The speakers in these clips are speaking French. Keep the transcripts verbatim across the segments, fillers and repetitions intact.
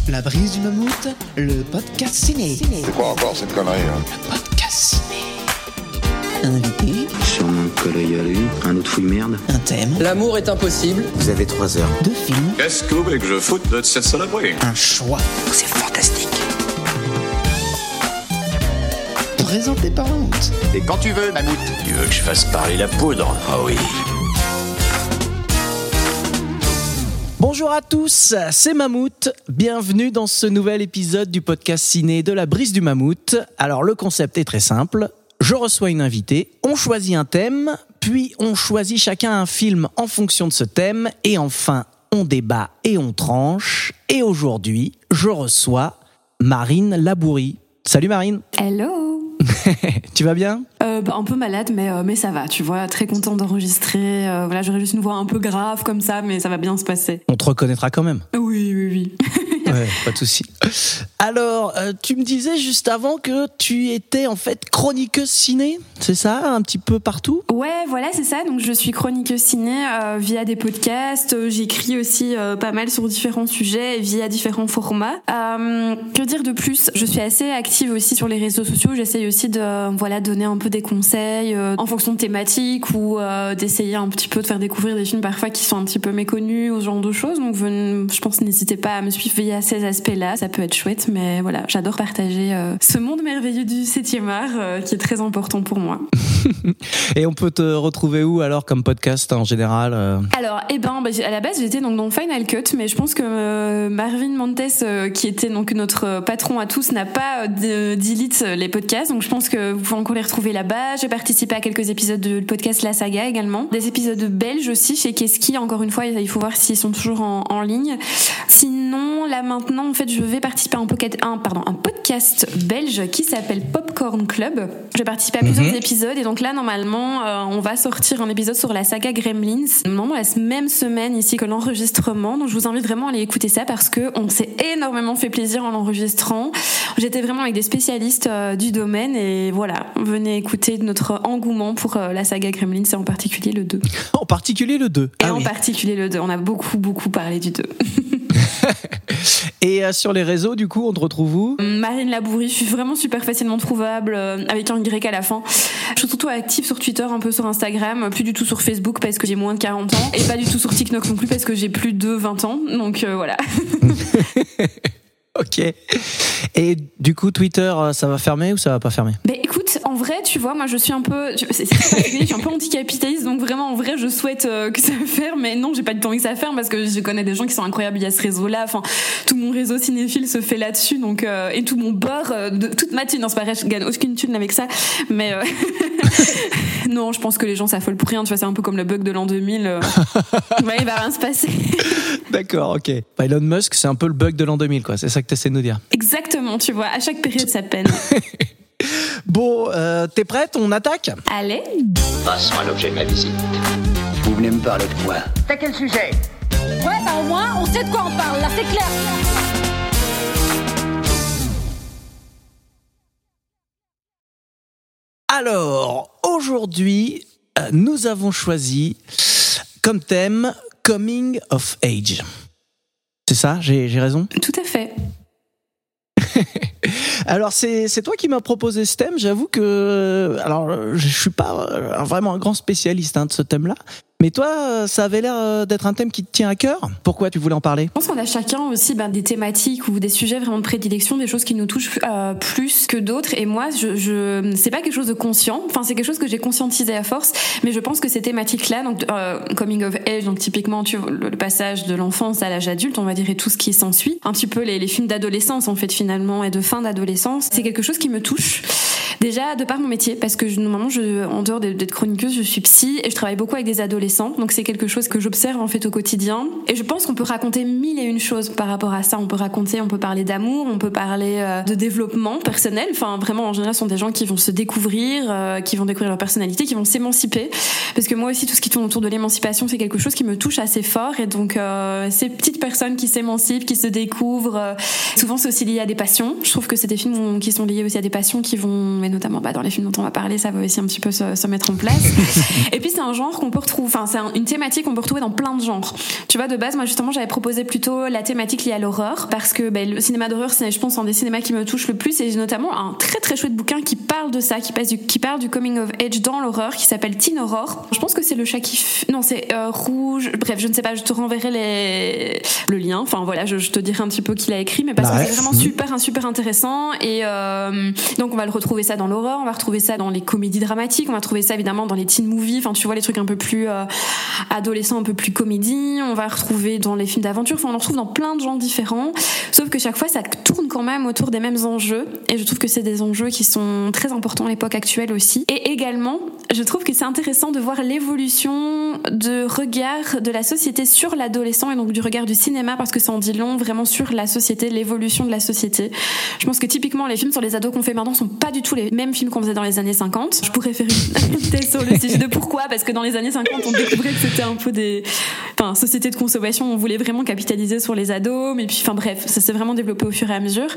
La brise du mammouth, le podcast ciné. C'est quoi encore cette connerie hein? Le podcast ciné. Invité. Sûrement le col y aller, un autre fouille merde. Un thème. L'amour est impossible. Vous avez trois heures. Deux films. Qu'est-ce que vous voulez que je foute de cette saloperie? Un choix. C'est fantastique. Présenté par Mammouth. Et quand tu veux, Mammouth. Tu veux que je fasse parler la poudre? Ah oui. Bonjour à tous, c'est Mammouth. Bienvenue dans ce nouvel épisode du podcast ciné de la brise du mammouth. Alors le concept est très simple. Je reçois une invitée, on choisit un thème, puis on choisit chacun un film en fonction de ce thème, et enfin on débat et on tranche. Et aujourd'hui, je reçois Marine Labourie. Salut Marine. Hello. Tu vas bien? euh, bah, Un peu malade, mais, euh, mais ça va, tu vois, très contente d'enregistrer. Euh, voilà, j'aurais juste une voix un peu grave comme ça, mais ça va bien se passer. On te reconnaîtra quand même. Oui, oui, oui. Ouais, pas de souci. Alors, euh, tu me disais juste avant que tu étais en fait chroniqueuse ciné, c'est ça, un petit peu partout? Ouais, voilà, c'est ça. Donc, je suis chroniqueuse ciné euh, via des podcasts. J'écris aussi euh, pas mal sur différents sujets via différents formats. Euh, que dire de plus? Je suis assez active aussi sur les réseaux sociaux. J'essaye aussi de voilà donner un peu des conseils euh, en fonction de thématiques ou euh, d'essayer un petit peu de faire découvrir des films parfois qui sont un petit peu méconnus ou ce genre de choses. Donc, je pense n'hésitez pas à me suivre via ces aspects-là, ça peut être chouette, mais voilà, j'adore partager euh, ce monde merveilleux du septième art euh, qui est très important pour moi. Et on peut te retrouver où alors comme podcast en général euh... Alors, eh ben, bah, à la base j'étais donc dans Final Cut, mais je pense que euh, Marvin Montes, euh, qui était donc notre patron à tous, n'a pas euh, delete les podcasts, donc je pense que vous pouvez encore les retrouver là-bas. J'ai participé à quelques épisodes de podcast La Saga également, des épisodes belges aussi chez Keski. Encore une fois, il faut voir s'ils sont toujours en, en ligne. Sinon, là maintenant, en fait, je vais participer à un, pocket, un, pardon, un podcast belge qui s'appelle Popcorn Club. Je vais participer à plusieurs mm-hmm. épisodes et donc là, normalement, euh, on va sortir un épisode sur la saga Gremlins. Normalement, la même semaine ici que l'enregistrement. Donc, je vous invite vraiment à aller écouter ça parce que on s'est énormément fait plaisir en l'enregistrant. J'étais vraiment avec des spécialistes euh, du domaine et voilà, venez écouter notre engouement pour euh, la saga Gremlins et en particulier le deux. En particulier le deux. Et ah en oui. particulier le deux. On a beaucoup, beaucoup parlé du deux. Et euh, sur les réseaux, du coup, on te retrouve où? Marine Labourie, je suis vraiment super facilement trouvable, euh, avec un Y à la fin. Je suis surtout active sur Twitter, un peu sur Instagram, plus du tout sur Facebook parce que j'ai moins de quarante ans, et pas du tout sur TikTok non plus parce que j'ai plus de vingt ans, donc euh, voilà. Ok. Et du coup, Twitter, ça va fermer ou ça va pas fermer? Ben écoute, en vrai, tu vois, moi je suis un peu, c'est, c'est particulier, je suis un peu anticapitaliste, donc vraiment en vrai, je souhaite euh, que ça ferme, mais non, j'ai pas du tout envie que ça ferme parce que je connais des gens qui sont incroyables. Il y a ce réseau-là, enfin, tout mon réseau cinéphile se fait là-dessus, donc euh, et tout mon beurre, euh, de, toute ma thune, non, c'est pas vrai, je gagne aucune thune avec ça, mais euh, non, je pense que les gens s'affolent pour rien, tu vois, c'est un peu comme le bug de l'an deux mille. Euh, ouais, il va rien se passer. D'accord, ok. Bah, Elon Musk, c'est un peu le bug de l'an deux mille, quoi. C'est ça que tu essaies de nous dire. Exactement, tu vois, à chaque période ça peine. Bon, euh, t'es prête? On attaque? Allez. Passons à l'objet de ma visite. Vous venez me parler de quoi? T'as quel sujet? Ouais, bah au moins, on sait de quoi on parle, là, c'est clair. Alors, aujourd'hui, euh, nous avons choisi comme thème Coming of Age. C'est ça? J'ai, j'ai raison? Tout à fait. Alors c'est c'est toi qui m'as proposé ce thème. J'avoue que alors je suis pas vraiment un grand spécialiste hein, de ce thème-là. Mais toi, ça avait l'air d'être un thème qui te tient à cœur. Pourquoi tu voulais en parler? Je pense qu'on a chacun aussi ben, des thématiques ou des sujets vraiment de prédilection, des choses qui nous touchent euh, plus que d'autres. Et moi, je, je c'est pas quelque chose de conscient. Enfin, c'est quelque chose que j'ai conscientisé à force. Mais je pense que ces thématiques-là, donc euh, coming of age, donc typiquement tu vois, le, le passage de l'enfance à l'âge adulte, on va dire, et tout ce qui s'ensuit, un petit peu les, les films d'adolescence en fait finalement et de fin d'adolescence, c'est quelque chose qui me touche. Déjà de par mon métier, parce que je, normalement, je, en dehors d'être chroniqueuse, je suis psy et je travaille beaucoup avec des adolescents. Donc c'est quelque chose que j'observe en fait au quotidien. Et je pense qu'on peut raconter mille et une choses par rapport à ça. On peut raconter, on peut parler d'amour, on peut parler euh, de développement personnel. Enfin vraiment, en général, ce sont des gens qui vont se découvrir, euh, qui vont découvrir leur personnalité, qui vont s'émanciper. Parce que moi aussi, tout ce qui tourne autour de l'émancipation, c'est quelque chose qui me touche assez fort. Et donc euh, ces petites personnes qui s'émancipent, qui se découvrent, euh, souvent c'est aussi lié à des passions. Je trouve que c'est des films qui sont liés aussi à des passions qui vont, et notamment bah, dans les films dont on va parler, ça va aussi un petit peu se, se mettre en place. Et puis c'est un genre qu'on peut retrouver, enfin c'est un, une thématique qu'on peut retrouver dans plein de genres. Tu vois, de base, moi justement, j'avais proposé plutôt la thématique liée à l'horreur, parce que ben, le cinéma d'horreur, c'est, je pense, un des cinémas qui me touche le plus, et j'ai notamment un très très chouette bouquin qui parle de ça, qui, passe du, qui parle du coming of age dans l'horreur, qui s'appelle Teen Horror. Je pense que c'est le chat qui... F... Non, c'est euh, Rouge... Bref, je ne sais pas, je te renverrai les... le lien. Enfin voilà, je, je te dirai un petit peu qui l'a écrit, mais parce bah, que c'est vraiment super, un super intéressant. Et euh, donc on va le retrouver ça dans l'horreur, on va retrouver ça dans les comédies dramatiques, on va trouver ça évidemment dans les teen movies, enfin tu vois les trucs un peu plus euh, adolescents, un peu plus comédie, on va retrouver dans les films d'aventure, enfin on en retrouve dans plein de genres différents, sauf que chaque fois ça tourne quand même autour des mêmes enjeux, et je trouve que c'est des enjeux qui sont très importants à l'époque actuelle aussi. Et également, je trouve que c'est intéressant de voir l'évolution de regard de la société sur l'adolescent, et donc du regard du cinéma, parce que ça en dit long vraiment sur la société, l'évolution de la société. Je pense que typiquement les films sur les ados qu'on fait maintenant sont pas du tout les mêmes films qu'on faisait dans les années cinquante. Je pourrais faire une thèse sur le sujet de pourquoi, parce que dans les années cinquante on découvrait que c'était un peu des, enfin, société de consommation, on voulait vraiment capitaliser sur les ados, mais puis enfin bref, ça s'est vraiment développé au fur et à mesure.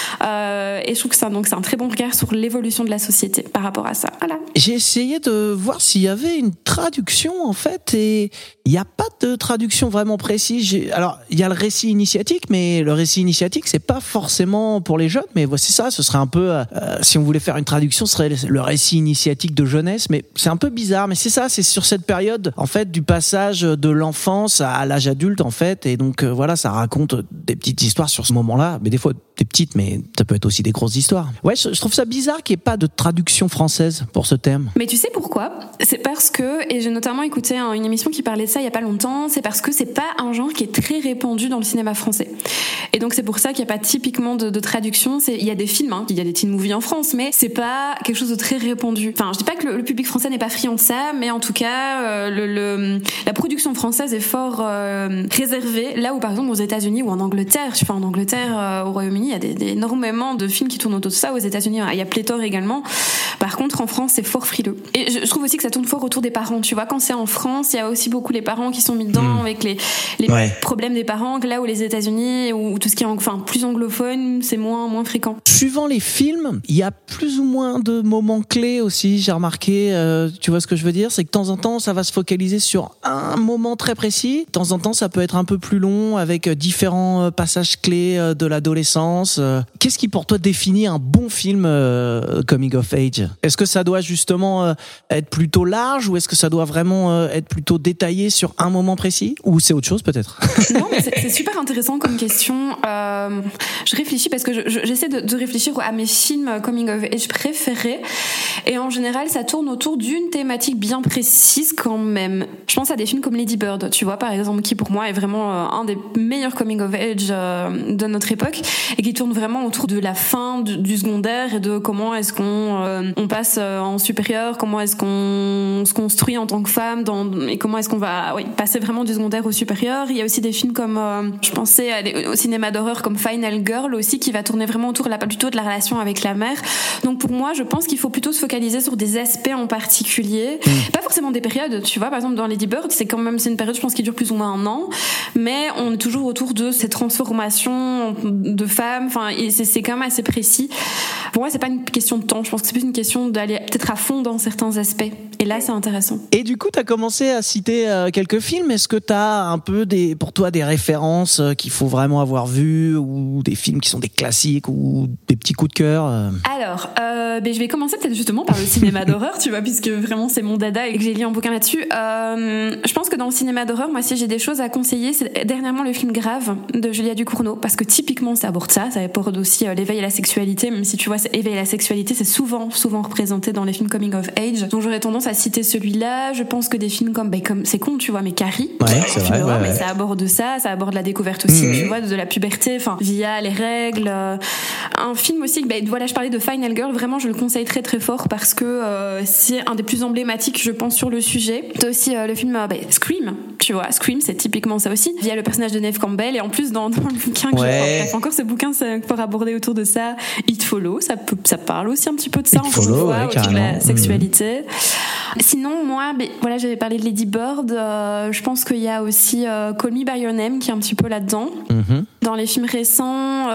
Euh, et je trouve que ça, donc c'est un très bon regard sur l'évolution de la société par rapport à ça. Voilà. J'ai essayé de voir s'il y avait une traduction en fait, et il n'y a pas de traduction vraiment précise. J'ai... Alors il y a le récit initiatique, mais le récit initiatique c'est pas forcément pour les jeunes, mais voici ça, ce serait un peu, euh, si on voulait faire une traduction, ce serait le récit initiatique de jeunesse, mais c'est un peu bizarre, mais c'est ça, c'est sur cette période en fait du passage de l'enfance à l'âge adulte en fait, et donc euh, voilà, ça raconte des petites histoires sur ce moment-là, mais des fois des petites, mais ça peut être aussi des grosses histoires. Ouais, je, je trouve ça bizarre qu'il n'y ait pas de traduction française pour ce thème. Mais tu sais pourquoi ? C'est parce que, et j'ai notamment écouté une émission qui parlait de ça il y a pas longtemps, c'est parce que c'est pas un genre qui est très répandu dans le cinéma français. Et donc c'est pour ça qu'il n'y a pas typiquement de, de traduction. C'est, il y a des films, hein, il y a des teen movies en France, mais c'est pas quelque chose de très répandu. Enfin, je dis pas que le, le public français n'est pas friand de ça, mais en tout cas, euh, le, le, la production française est fort euh, réservée. Là où par exemple aux États-Unis ou en Angleterre, je sais pas, en Angleterre, euh, au Royaume-Uni, il y a des, des, énormément de films qui tournent autour de ça. Aux États-Unis, il y a pléthore également. Par contre, en France, c'est fort frileux. Et je, je trouve aussi que ça tourne fort autour des parents. Tu vois, quand c'est en France, il y a aussi beaucoup les parents qui sont mis dedans mmh. avec les, les ouais. problèmes des parents. Là où les États-Unis, ou tout ce qui est enfin plus anglophone, c'est moins moins fréquent. Suivant les films, il y a plus ou moins de moments clés aussi. J'ai remarqué, euh, tu vois ce que je veux dire, c'est que de temps en temps, ça va se focaliser sur un moment très précis. De temps en temps, ça peut être un peu plus long avec différents passages clés de l'adolescence. Qu'est-ce qui pour toi définit un bon film euh, coming of age ? Est-ce que ça doit justement euh, être plutôt large, ou est-ce que ça doit vraiment euh, être plutôt détaillé sur un moment précis, ou c'est autre chose peut-être ? Non, mais c'est, c'est super intéressant comme question. Euh, je réfléchis parce que je, je, j'essaie de, de réfléchir à mes films coming of age préférés, et en général ça tourne autour d'une thématique bien précise quand même. Je pense à des films comme Lady Bird, tu vois, par exemple, qui pour moi est vraiment euh, un des meilleurs coming of age euh, de notre époque, et qui tourne vraiment autour de la fin du, du secondaire et de comment est-ce qu'on euh, on passe euh, en supérieur, comment est-ce qu'on se construit en tant que femme, dans, et comment est-ce qu'on va oui, passer vraiment du secondaire au supérieur. Il y a aussi des films comme euh, je pensais à des, au cinéma d'horreur comme Final Girl aussi, qui va tourner vraiment autour de la, plutôt de la relation avec la mère. Donc pour moi, je pense qu'il faut plutôt se focaliser sur des aspects en particulier, mmh. pas forcément des périodes. Tu vois, par exemple dans Lady Bird, c'est quand même c'est une période, je pense, qui dure plus ou moins un an, mais on est toujours autour de ces transformations de femmes. Enfin, et c'est, c'est quand même assez précis. Pour moi, c'est pas une question de temps. Je pense que c'est plus une question d'aller peut-être à fond dans certains aspects. Et là, c'est intéressant. Et du coup, tu as commencé à citer euh, quelques films. Est-ce que tu as un peu des, pour toi, des références euh, qu'il faut vraiment avoir vues, ou des films qui sont des classiques, ou des petits coups de cœur euh... Alors, euh, ben, je vais commencer peut-être justement par le cinéma d'horreur, tu vois, puisque vraiment c'est mon dada et que j'ai lu un bouquin là-dessus. Euh, je pense que dans le cinéma d'horreur, moi, si j'ai des choses à conseiller, c'est dernièrement le film Grave de Julia Ducournau, parce que typiquement, ça aborde ça. Ça aborde aussi euh, l'éveil à la sexualité, même si tu vois, éveil à la sexualité, c'est souvent, souvent représenté dans les films coming of age. Donc j'aurais tendance à citer celui-là. Je pense que des films comme, ben, comme c'est con, tu vois, mais Carrie, ouais, c'est vrai, d'horreur, ouais, mais ouais. ça aborde ça, ça aborde la découverte aussi, mmh. tu vois, de la puberté, enfin, via les règles. Euh, un film aussi, ben, voilà, je parlais de Final Girl, vraiment, je le conseille très très fort parce que euh, c'est un des plus emblématiques, je pense, sur le sujet. C'est aussi euh, le film euh, ben, Scream, tu vois, Scream, c'est typiquement ça aussi, via le personnage de Neve Campbell, et en plus dans, dans le bouquin que ouais. j'ai encore ce bouquin c'est pour aborder autour de ça. It Follow, ça peut, ça parle aussi un petit peu de ça, It Follow, ouais, autour de la sexualité. Mmh. Sinon, moi, ben, voilà, j'avais parlé de Lady Bird. Euh, je pense qu'il y a aussi euh, Call Me by Your Name qui est un petit peu là-dedans. Mmh. Dans les films récents,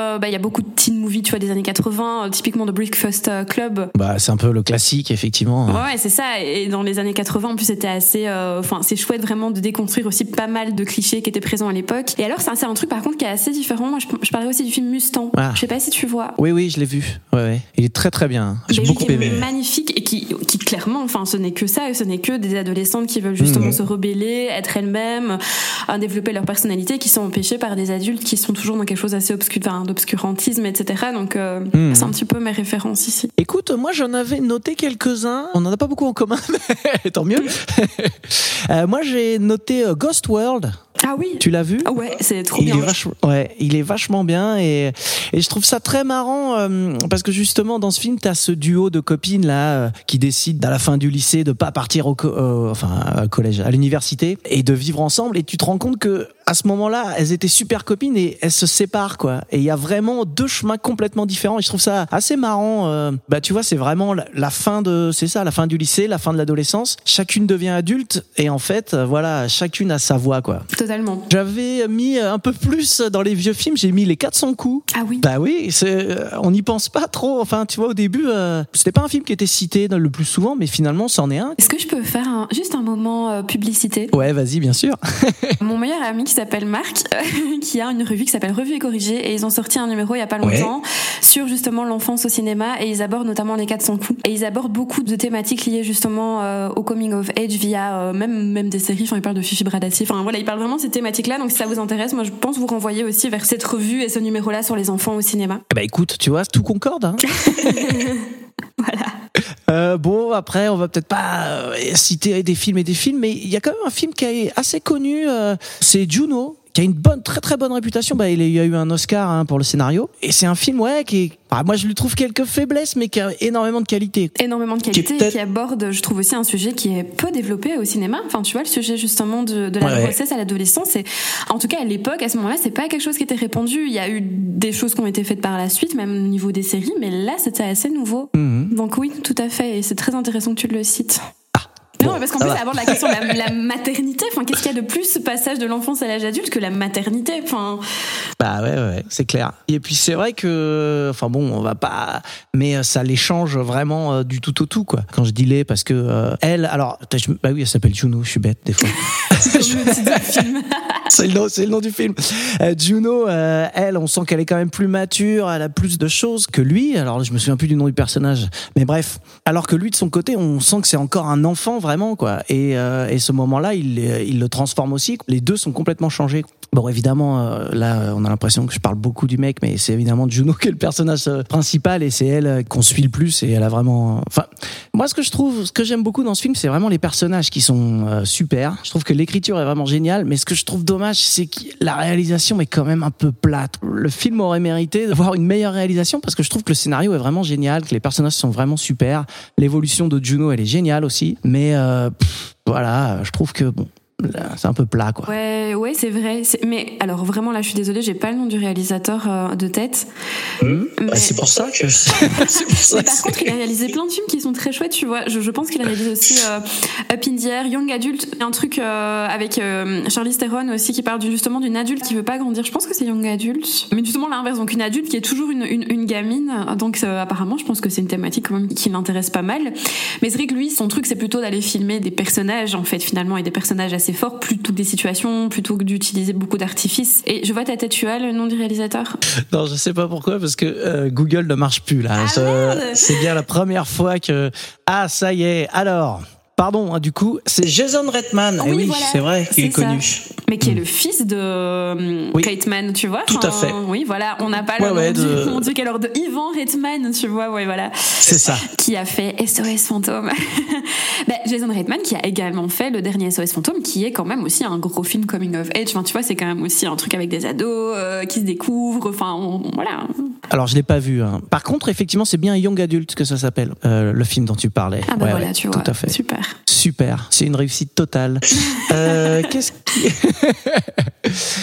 euh, bah il y a beaucoup de teen movies, tu vois, des années quatre-vingts, euh, typiquement de Breakfast Club. Bah c'est un peu le classique effectivement. Ouais, c'est ça. Et dans les années quatre-vingts, en plus, c'était assez, enfin, euh, c'est chouette vraiment de déconstruire aussi pas mal de clichés qui étaient présents à l'époque. Et alors, c'est un, c'est un truc par contre qui est assez différent. Moi, je, je parlais aussi du film Mustang. Ah. Je sais pas si tu vois. Oui, oui, je l'ai vu. Ouais, ouais. Il est très très bien. J'ai Mais beaucoup qui est aimé. Magnifique et qui, qui clairement, enfin, ce n'est que ça. Ce n'est que des adolescentes qui veulent justement mmh. se rebeller, être elles-mêmes, euh, développer leur personnalité, qui sont empêchées par des adultes qui sont toujours dans quelque chose assez obscur, enfin, d'obscurantisme, et cetera. Donc, euh, mmh. c'est un petit peu mes références ici. Écoute, moi, j'en avais noté quelques-uns. On en a pas beaucoup en commun, mais tant mieux. euh, moi, j'ai noté euh, Ghost World. Ah oui. Tu l'as vu? Ah ouais, c'est trop il bien. Est vachement, ouais, il est vachement bien et, et je trouve ça très marrant euh, parce que justement dans ce film t'as ce duo de copines là euh, qui décident à la fin du lycée de pas partir au, co- euh, enfin au collège, à l'université et de vivre ensemble et tu te rends compte que à ce moment-là elles étaient super copines et elles se séparent quoi et il y a vraiment deux chemins complètement différents et je trouve ça assez marrant. Euh, bah tu vois c'est vraiment la, la fin de c'est ça la fin du lycée, la fin de l'adolescence. Chacune devient adulte et en fait euh, voilà chacune a sa voix quoi. Totalement. J'avais mis un peu plus dans les vieux films, j'ai mis les quatre cents coups. Ah oui. Bah oui, c'est, on n'y pense pas trop. Enfin, tu vois, au début, euh, c'était pas un film qui était cité le plus souvent, mais finalement, c'en est un. Est-ce que je peux faire un, juste un moment euh, publicité? Ouais, vas-y, bien sûr. Mon meilleur ami qui s'appelle Marc, euh, qui a une revue qui s'appelle Revue et Corrigée, et ils ont sorti un numéro il y a pas longtemps ouais. sur justement l'enfance au cinéma, et ils abordent notamment les quatre cents coups. Et ils abordent beaucoup de thématiques liées justement euh, au coming of age via euh, même même des séries. Enfin, ils parlent de Fifi Bradati. Enfin voilà, ils parlent vraiment de ces thématiques là, donc si ça vous intéresse, moi je pense vous renvoyer aussi vers cette revue et ce numéro-là sur les enfants au cinéma. Bah écoute, tu vois, tout concorde. Hein. Voilà. Euh, bon, après, on va peut-être pas euh, citer des films et des films, mais il y a quand même un film qui est assez connu, euh, c'est Juno, qui a une bonne, très très bonne réputation. Bah, il y a eu un Oscar hein, pour le scénario, et c'est un film ouais qui est, bah, moi je lui trouve quelques faiblesses, mais qui a énormément de qualité. Énormément de qualité, qui et qui aborde, je trouve aussi un sujet qui est peu développé au cinéma. Enfin, tu vois, le sujet justement de, de la ouais. grossesse à l'adolescence, et en tout cas à l'époque, à ce moment-là, c'est pas quelque chose qui était répandu. Il y a eu des choses qui ont été faites par la suite, même au niveau des séries, mais là, c'était assez nouveau. Mm-hmm. Donc oui, tout à fait, et c'est très intéressant que tu le cites. Non, bon, parce qu'en plus, ça aborde la question de la, la maternité. Enfin, qu'est-ce qu'il y a de plus ce passage de l'enfance à l'âge adulte que la maternité? Enfin. Bah ouais, ouais, c'est clair. Et puis c'est vrai que, enfin bon, on va pas, mais ça les change vraiment euh, du tout au tout quoi. Quand je dis les, parce que euh, elle, alors, je, bah oui, elle s'appelle Juno. Je suis bête des fois. C'est le titre du film. c'est le nom, c'est le nom du film. Euh, Juno, euh, elle, on sent qu'elle est quand même plus mature, elle a plus de choses que lui. Alors, je me souviens plus du nom du personnage, mais bref. Alors que lui, de son côté, on sent que c'est encore un enfant vraiment quoi. Et, euh, et ce moment-là, il, il le transforme aussi. Les deux sont complètement changés. Bon, évidemment, euh, là, on a l'impression que je parle beaucoup du mec, mais c'est évidemment Juno qui est le personnage principal et c'est elle qu'on suit le plus et elle a vraiment. Enfin, moi, ce que je trouve, ce que j'aime beaucoup dans ce film, c'est vraiment les personnages qui sont euh, super. Je trouve que l'écriture est vraiment géniale, mais ce que je trouve dommage, c'est que la réalisation est quand même un peu plate. Le film aurait mérité d'avoir une meilleure réalisation parce que je trouve que le scénario est vraiment génial, que les personnages sont vraiment super. L'évolution de Juno, elle est géniale aussi, mais euh, pff, voilà, je trouve que bon. C'est un peu plat quoi. Ouais, ouais, c'est vrai. C'est... Mais alors vraiment là, je suis désolée, j'ai pas le nom du réalisateur euh, de tête. Mmh. Mais... Bah, c'est pour ça que. c'est pour ça mais par c'est... contre, il a réalisé plein de films qui sont très chouettes, tu vois. Je, je pense qu'il a réalisé aussi euh, Up in the Air, Young Adult, un truc euh, avec euh, Charlize Theron aussi qui parle justement d'une adulte qui veut pas grandir. Je pense que c'est Young Adult, mais justement l'inverse, donc une adulte qui est toujours une une, une gamine. Donc euh, apparemment, je pense que c'est une thématique quand même qui l'intéresse pas mal. Mais c'est vrai que lui, son truc, c'est plutôt d'aller filmer des personnages en fait finalement et des personnages assez fort plutôt que des situations, plutôt que d'utiliser beaucoup d'artifices. Et je vois ta tête, tu as le nom du réalisateur? Non, je sais pas pourquoi, parce que euh, Google ne marche plus là. Ah, je, c'est bien la première fois que... Ah, ça y est, alors... Pardon, hein, du coup, c'est Jason Reitman. Oui, eh oui, voilà, c'est vrai qu'il est, est connu. Mais qui est le fils de oui. Reitman, tu vois. Tout enfin, à fait. Oui, voilà, on n'a pas ouais, le ouais, nom de... du, mon Dieu, quelle heure de Ivan Reitman, tu vois, ouais, voilà. C'est ça. Qui a fait S O S Fantôme. ben, Jason Reitman qui a également fait le dernier S O S Fantôme, qui est quand même aussi un gros film coming of age. Enfin, tu vois, c'est quand même aussi un truc avec des ados euh, qui se découvrent. Enfin, on, on, voilà. Alors, je l'ai pas vu. Hein. Par contre, effectivement, c'est bien Young Adult que ça s'appelle, euh, le film dont tu parlais. Ah bah ouais, voilà, ouais, tu tout vois. à fait. Super. Super. C'est une réussite totale. euh, qu'est-ce qui...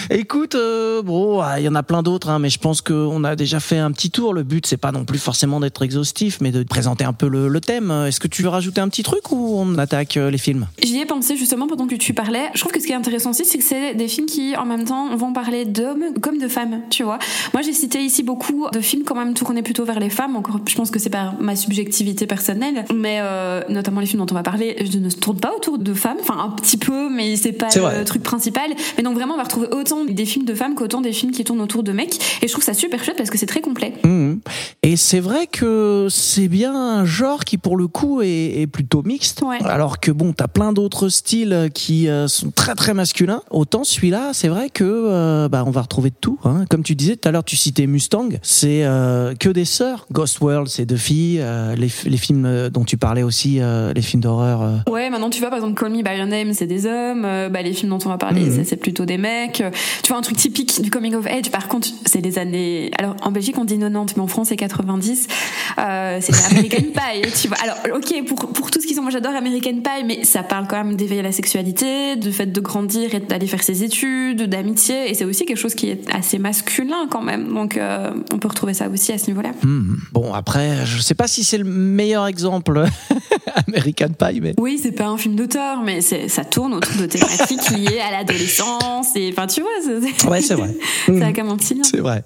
Écoute, euh, bon, il y en a plein d'autres, hein, mais je pense qu'on a déjà fait un petit tour. Le but, c'est pas non plus forcément d'être exhaustif, mais de présenter un peu le, le thème. Est-ce que tu veux rajouter un petit truc ou on attaque euh, les films ? J'y ai pensé justement pendant que tu parlais. Je trouve que ce qui est intéressant aussi, c'est que c'est des films qui, en même temps, vont parler d'hommes comme de femmes, tu vois. Moi, j'ai cité ici beaucoup de films quand même tournés plutôt vers les femmes. Encore, je pense que c'est par ma subjectivité personnelle, mais euh, notamment les films dont on va parler, je ne se tourne pas autour de femmes. Enfin, un petit peu, mais c'est pas c'est le vrai. truc principal. Mais donc vraiment, on va retrouver autant des films de femmes qu'autant des films qui tournent autour de mecs. Et je trouve ça super chouette parce que c'est très complet. Mmh. Et c'est vrai que c'est bien un genre qui, pour le coup, est, est plutôt mixte. Ouais. Alors que bon, t'as plein d'autres styles qui euh, sont très très masculins. Autant celui-là, c'est vrai que euh, bah on va retrouver de tout. Hein. Comme tu disais tout à l'heure, tu citais Mustang, c'est euh, que des sœurs. Ghost World, c'est deux filles. Euh, les, les films dont tu parlais aussi, euh, les films d'horreur. Euh... Ouais, maintenant tu vois par exemple Call Me by Your Name, c'est des hommes. Euh, bah les films dont on va parler, mmh. c'est, c'est plutôt des mecs. Tu vois un truc typique du coming of age. Par contre, c'est les années. Alors en Belgique on dit quatre-vingt-dix, mais en France c'est quatre-vingt-dix. Euh, c'est American Pie, tu vois. Alors ok pour pour tout ce qu'ils sont, moi j'adore American Pie, mais ça parle quand même d'éveiller la sexualité, du fait de grandir et d'aller faire ses études, d'amitié, et c'est aussi quelque chose qui est assez masculin quand même. Donc euh, on peut retrouver ça aussi à ce niveau-là. Mmh. Bon après, je sais pas si c'est le meilleur exemple American Pie, mais oui, c'est pas un film d'auteur, mais c'est ça tourne autour de thématiques liées à l'adolescence et enfin tu vois. C'est... Ouais, c'est vrai. Ça a comme un petit lien. C'est vrai.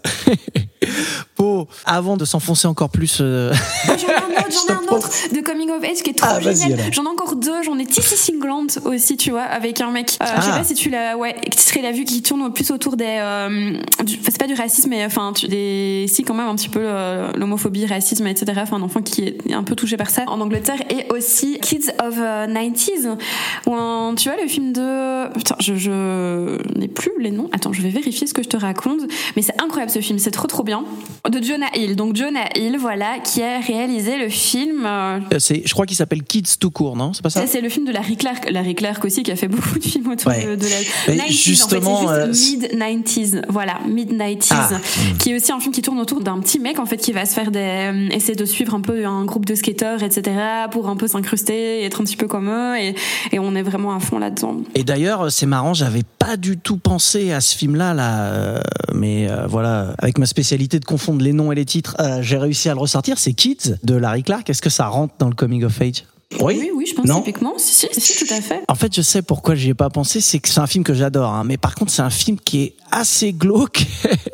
Bon, avant de s'enfoncer encore plus. Euh... J'en ai un autre, j'en ai un autre de coming of age qui est trop ah, génial. J'en ai encore deux. J'en ai Tissy England aussi, tu vois, avec un mec. Euh, ah. Je sais pas si tu l'as, ouais, tu serais la vue qui tourne plus autour des. Euh, du, c'est pas du racisme, mais enfin, tu, des, si quand même un petit peu euh, l'homophobie, racisme, et cetera. Enfin, un enfant qui est un peu touché par ça en Angleterre, et aussi Kids of uh, nineties, où un, tu vois le film de. Putain, je, je n'ai plus les noms. Attends, je vais vérifier ce que je te raconte. Mais c'est incroyable ce film, c'est trop trop bien. De Jonah Hill. Donc Jonah Hill, voilà, qui a réalisé le film. Euh... C'est, je crois qu'il s'appelle Kids tout court, non ? C'est pas ça ? Ça, c'est le film de Larry Clark. Larry Clark aussi, qui a fait beaucoup de films autour ouais. de, de la. nineties, justement, en fait, c'est juste euh... mid-nineties. Voilà, mid-nineties. Ah. Qui est aussi un film qui tourne autour d'un petit mec, en fait, qui va se faire des. Euh, essayer de suivre un peu un groupe de skateurs, et cetera, pour un peu s'incruster et être un petit peu comme eux. Et, et on est vraiment à fond là-dedans. Et d'ailleurs, c'est marrant, j'avais pas du tout pensé à ce film-là, là. Euh, mais euh, voilà, avec ma spécialité de confondre les noms et les titres, euh, j'ai réussi à le ressortir. C'est Kids de Larry Clark. Est-ce que ça rentre dans le coming of age ? Oui, oui, oui, je pense non typiquement. Si, si, si, tout à fait. En fait, je sais pourquoi j'y ai pas pensé, c'est que c'est un film que j'adore, hein, mais par contre, c'est un film qui est assez glauque.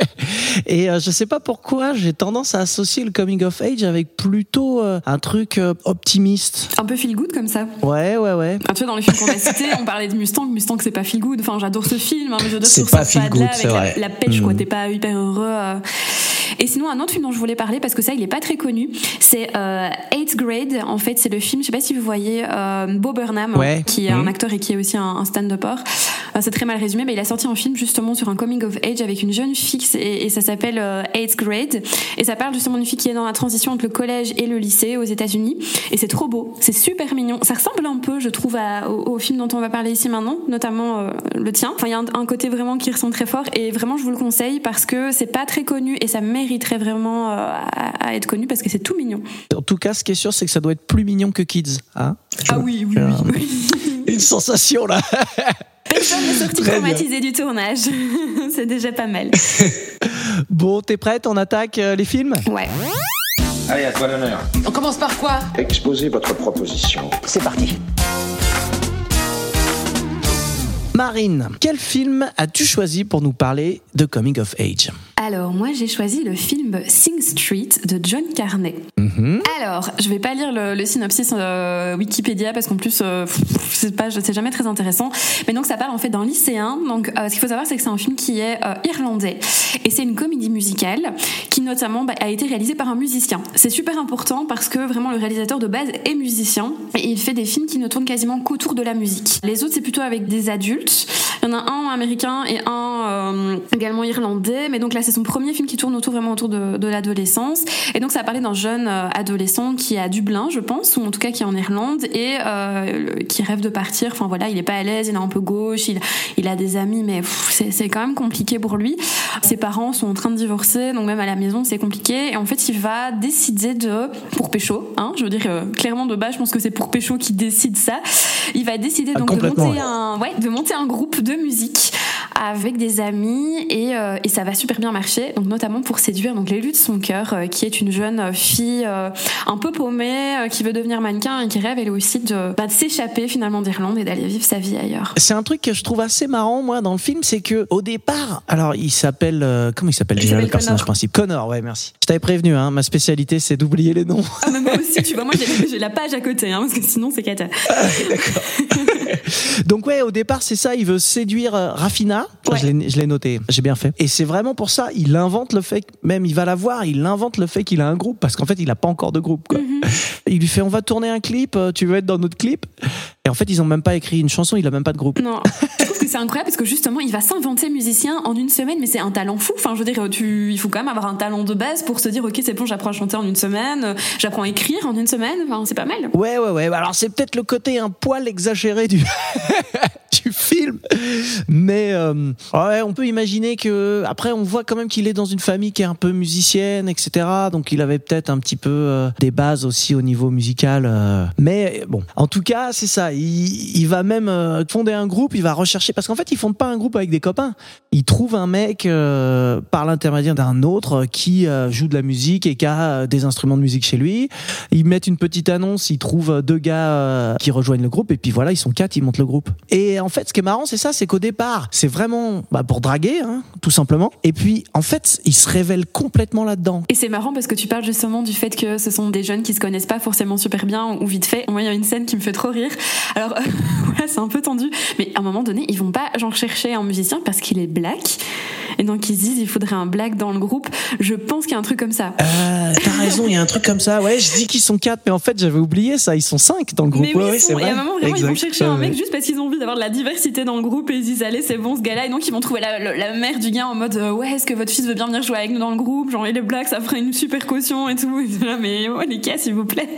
Et euh, je sais pas pourquoi, j'ai tendance à associer le coming of age avec plutôt euh, un truc euh, optimiste. Un peu feel good comme ça. Ouais, ouais, ouais. Ah, tu vois, dans les films qu'on a cités, on parlait de Mustang. Mustang, c'est pas feel good. Enfin, j'adore ce film, hein, mais j'adore c'est pas feel good, c'est vrai. La, la pêche, mmh. quoi. T'es pas hyper heureux. Euh... Et sinon, un autre film dont je voulais parler, parce que ça, il est pas très connu, c'est euh, Eighth Grade. En fait, c'est le film, je sais pas si vous voyez, euh, Bo Burnham, ouais. qui est mmh. un acteur et qui est aussi un, un stand-upper. Euh, c'est très mal résumé, mais il a sorti un film justement sur un coming of age avec une jeune fille, et, et ça s'appelle euh, Eighth Grade. Et ça parle justement d'une fille qui est dans la transition entre le collège et le lycée aux États-Unis. Et c'est trop beau, c'est super mignon. Ça ressemble un peu, je trouve, à, au, au film dont on va parler ici maintenant, notamment euh, le tien. Enfin, il y a un, un côté vraiment qui ressemble très fort, et vraiment, je vous le conseille parce que c'est pas très connu et ça mériterait vraiment à être connu parce que c'est tout mignon. En tout cas, ce qui est sûr, c'est que ça doit être plus mignon que Kids, hein ? Ah oui, oui, oui, oui. Une sensation là. Personne n'est sorti traumatisé du tournage. C'est déjà pas mal. Bon, t'es prête ? On attaque les films ? Ouais. Allez, à toi l'honneur. On commence par quoi ? Exposez votre proposition. C'est parti. Marine, quel film as-tu choisi pour nous parler de coming of age ? Alors, moi, j'ai choisi le film Sing Street de John Carney. Mm-hmm. Alors, je vais pas lire le, le synopsis euh, Wikipédia parce qu'en plus, euh, c'est pas, c'est jamais très intéressant. Mais donc, ça parle en fait d'un lycéen. Donc, euh, ce qu'il faut savoir, c'est que c'est un film qui est euh, irlandais et c'est une comédie musicale qui notamment bah, a été réalisée par un musicien. C'est super important parce que vraiment le réalisateur de base est musicien et il fait des films qui ne tournent quasiment qu'autour de la musique. Les autres, c'est plutôt avec des adultes. Il y en a un américain et un euh, également irlandais. Mais donc là, c'est son premier film qui tourne autour vraiment autour de, de l'adolescence. Et donc ça a parlé d'un jeune euh, adolescent qui est à Dublin, je pense, ou en tout cas qui est en Irlande et euh, qui rêve de partir. Enfin voilà, il est pas à l'aise, il est un peu gauche, il, il a des amis, mais pff, c'est, c'est quand même compliqué pour lui. Ses parents sont en train de divorcer, donc même à la maison c'est compliqué. Et en fait, il va décider de, pour pécho, hein, je veux dire euh, clairement de base, je pense que c'est pour pécho qu'il décide ça. Il va décider donc ah, de monter ouais. un, ouais, de monter un groupe de musique avec des amis et, euh, et ça va super bien marcher, donc notamment pour séduire donc l'élu de son cœur, euh, qui est une jeune fille euh, un peu paumée, euh, qui veut devenir mannequin et qui rêve elle aussi de, bah, de s'échapper finalement d'Irlande et d'aller vivre sa vie ailleurs. C'est un truc que je trouve assez marrant moi dans le film, c'est que au départ, alors il s'appelle euh, comment il s'appelle il le personnage principal? Connor, ouais, merci. Je t'avais prévenu, hein, ma spécialité c'est d'oublier les noms. Ah, mais moi aussi, tu vois, moi j'ai, j'ai la page à côté, hein, parce que sinon c'est cata. Ah, d'accord. Donc ouais, au départ c'est ça, il veut séduire euh, Rafina. Ouais. Je, l'ai, je l'ai noté, j'ai bien fait. Et c'est vraiment pour ça, il invente le fait, que, même il va la voir, il invente le fait qu'il a un groupe, parce qu'en fait il a pas encore de groupe, quoi. Mm-hmm. Il lui fait, on va tourner un clip, tu veux être dans notre clip? Et en fait ils ont même pas écrit une chanson, il a même pas de groupe. Non. Je trouve que c'est incroyable parce que justement il va s'inventer musicien en une semaine, mais c'est un talent fou. Enfin je veux dire, tu, il faut quand même avoir un talent de base pour se dire ok c'est bon, j'apprends à chanter en une semaine, j'apprends à écrire en une semaine. Enfin c'est pas mal. Ouais ouais ouais. Alors c'est peut-être le côté un poil exagéré du du film, mais euh, ouais, on peut imaginer que après on voit quand même qu'il est dans une famille qui est un peu musicienne, et cetera. Donc il avait peut-être un petit peu euh, des bases aussi au niveau musical. Euh, mais bon, en tout cas c'est ça. Il, il va même euh, fonder un groupe. Il va rechercher parce qu'en fait il fonde pas un groupe avec des copains. Il trouve un mec euh, par l'intermédiaire d'un autre qui euh, joue de la musique et qui a euh, des instruments de musique chez lui. Ils mettent une petite annonce. Ils trouvent deux gars euh, qui rejoignent le groupe et puis voilà, ils sont quatre, ils montent le groupe. Et en fait, ce qui est marrant, c'est ça, c'est qu'au départ, c'est vraiment bah, pour draguer, hein, tout simplement. Et puis, en fait, ils se révèlent complètement là-dedans. Et c'est marrant parce que tu parles justement du fait que ce sont des jeunes qui se connaissent pas forcément super bien ou vite fait. Moi, il y a une scène qui me fait trop rire. Alors, euh, ouais, c'est un peu tendu, mais à un moment donné, ils vont pas genre chercher un musicien parce qu'il est black. Et donc ils se disent il faudrait un black dans le groupe. Je pense qu'il y a un truc comme ça. Euh, t'as raison, il y a un truc comme ça. Ouais, je dis qu'ils sont quatre, mais en fait j'avais oublié ça. Ils sont cinq dans le groupe. Mais oui, ouais, ils sont, c'est vrai. Et à un moment vraiment exact. Ils vont chercher un mec juste parce qu'ils ont envie d'avoir de la diversité dans le groupe et ils disent allez c'est bon ce gars-là. Et donc ils vont trouver la, la, la mère du gars en mode euh, ouais est-ce que votre fils veut bien venir jouer avec nous dans le groupe, genre il est black ça ferait une super caution et tout. Et là, mais oh les gars s'il vous plaît.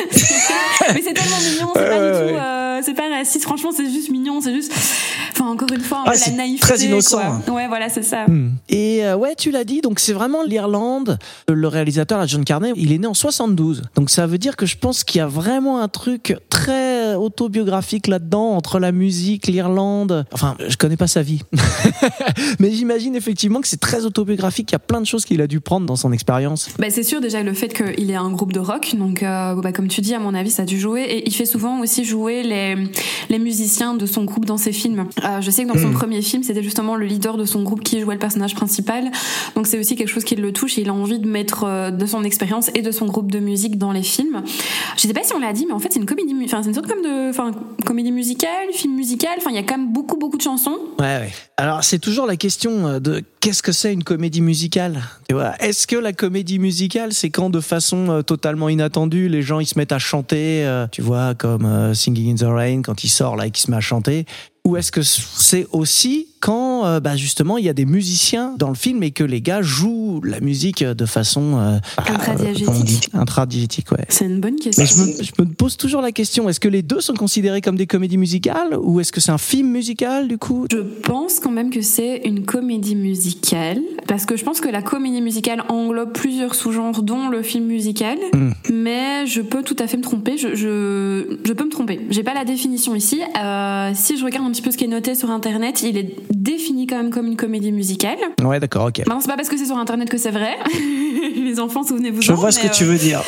Mais c'est tellement mignon, c'est ouais, pas ouais, du tout, euh, c'est pas raciste. Franchement c'est juste mignon, c'est juste. Enfin encore une fois un ah, peu la naïveté. Très innocent. Quoi. Ouais voilà c'est ça. Hmm. Et euh, ouais tu l'as dit, donc c'est vraiment l'Irlande. Le réalisateur John Carney, il est né en soixante-douze, donc ça veut dire que je pense qu'il y a vraiment un truc très autobiographique là-dedans entre la musique, l'Irlande. Enfin je connais pas sa vie, mais j'imagine effectivement que c'est très autobiographique. Il y a plein de choses qu'il a dû prendre dans son expérience. Bah c'est sûr déjà le fait qu'il ait un groupe de rock, donc euh, bah, comme tu dis à mon avis ça a dû jouer. Et il fait souvent aussi jouer les les musiciens de son groupe dans ses films. Euh, je sais que dans son mmh. premier film c'était justement le leader de son groupe qui jouait le personnage principal. Donc c'est aussi quelque chose qui le touche et il a envie de mettre euh, de son expérience et de son groupe de musique dans les films. Je sais pas si on l'a dit, mais en fait c'est une comédie, enfin c'est une sorte comme de, enfin comédie musicale, film musical. Enfin il y a quand même beaucoup beaucoup de chansons. Ouais ouais. Alors c'est toujours la question de qu'est-ce que c'est une comédie musicale. Tu vois, est-ce que la comédie musicale c'est quand de façon euh, totalement inattendue les gens ils se mettent à chanter, euh, tu vois comme euh, Singing in the Rain quand il sort là et qu'il se met à chanter. Ou est-ce que c'est aussi quand euh, bah justement il y a des musiciens dans le film et que les gars jouent la musique de façon euh, intradiégétique. Euh, intradiégétique, ouais. C'est une bonne question. Mais je, me, je me pose toujours la question, est-ce que les deux sont considérés comme des comédies musicales ou est-ce que c'est un film musical du coup? Je pense quand même que c'est une comédie musicale parce que je pense que la comédie musicale englobe plusieurs sous-genres dont le film musical. Mm. Mais je peux tout à fait me tromper. Je je, je peux me tromper. J'ai pas la définition ici. Euh, si je regarde un petit peu ce qui est noté sur internet, il est défini quand même comme une comédie musicale. Ouais, d'accord, ok. Maintenant, c'est pas parce que c'est sur internet que c'est vrai. Les enfants, souvenez-vous. Je vois ce que euh, tu veux dire.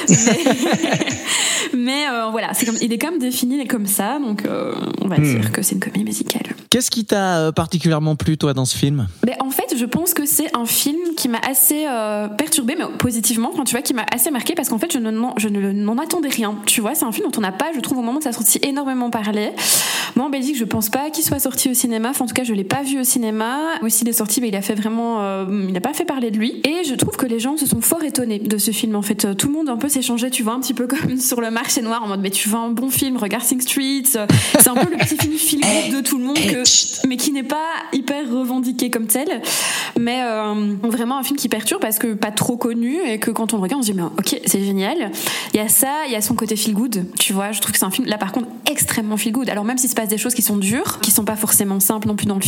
Mais, mais euh, voilà, c'est comme, il est quand même défini comme ça, donc euh, on va hmm. dire que c'est une comédie musicale. Qu'est-ce qui t'a particulièrement plu, toi, dans ce film? Ben, en fait, je pense que c'est un film qui m'a assez euh, perturbée, mais positivement, enfin, tu vois, qui m'a assez marquée, parce qu'en fait, je, ne, je ne, n'en attendais rien. Tu vois, c'est un film dont on n'a pas, je trouve, au moment de sa sortie, énormément parlé. Moi, en Belgique, je pense pas qu'il soit sorti au cinéma. Enfin, en tout cas, je l'ai pas vu au cinéma. Aussi, il est sorti, mais il a fait vraiment, euh, il n'a pas fait parler de lui. Et je trouve que les gens se sont fort étonnés de ce film. En fait, tout le monde un peu s'échangeait, tu vois, un petit peu comme sur le marché noir, en mode, mais tu veux un bon film, regarde Sing Street. C'est un peu le petit film feel good de tout le monde, que, mais qui n'est pas hyper revendiqué comme tel. Mais euh, vraiment un film qui perturbe parce que pas trop connu et que quand on le regarde, on se dit, mais ok, c'est génial. Il y a ça, il y a son côté feel good. Tu vois, je trouve que c'est un film, là par contre, extrêmement feel good. Alors même s'il se passe des choses qui sont dures, qui sont pas forcément simples non plus dans le film, et tu regardes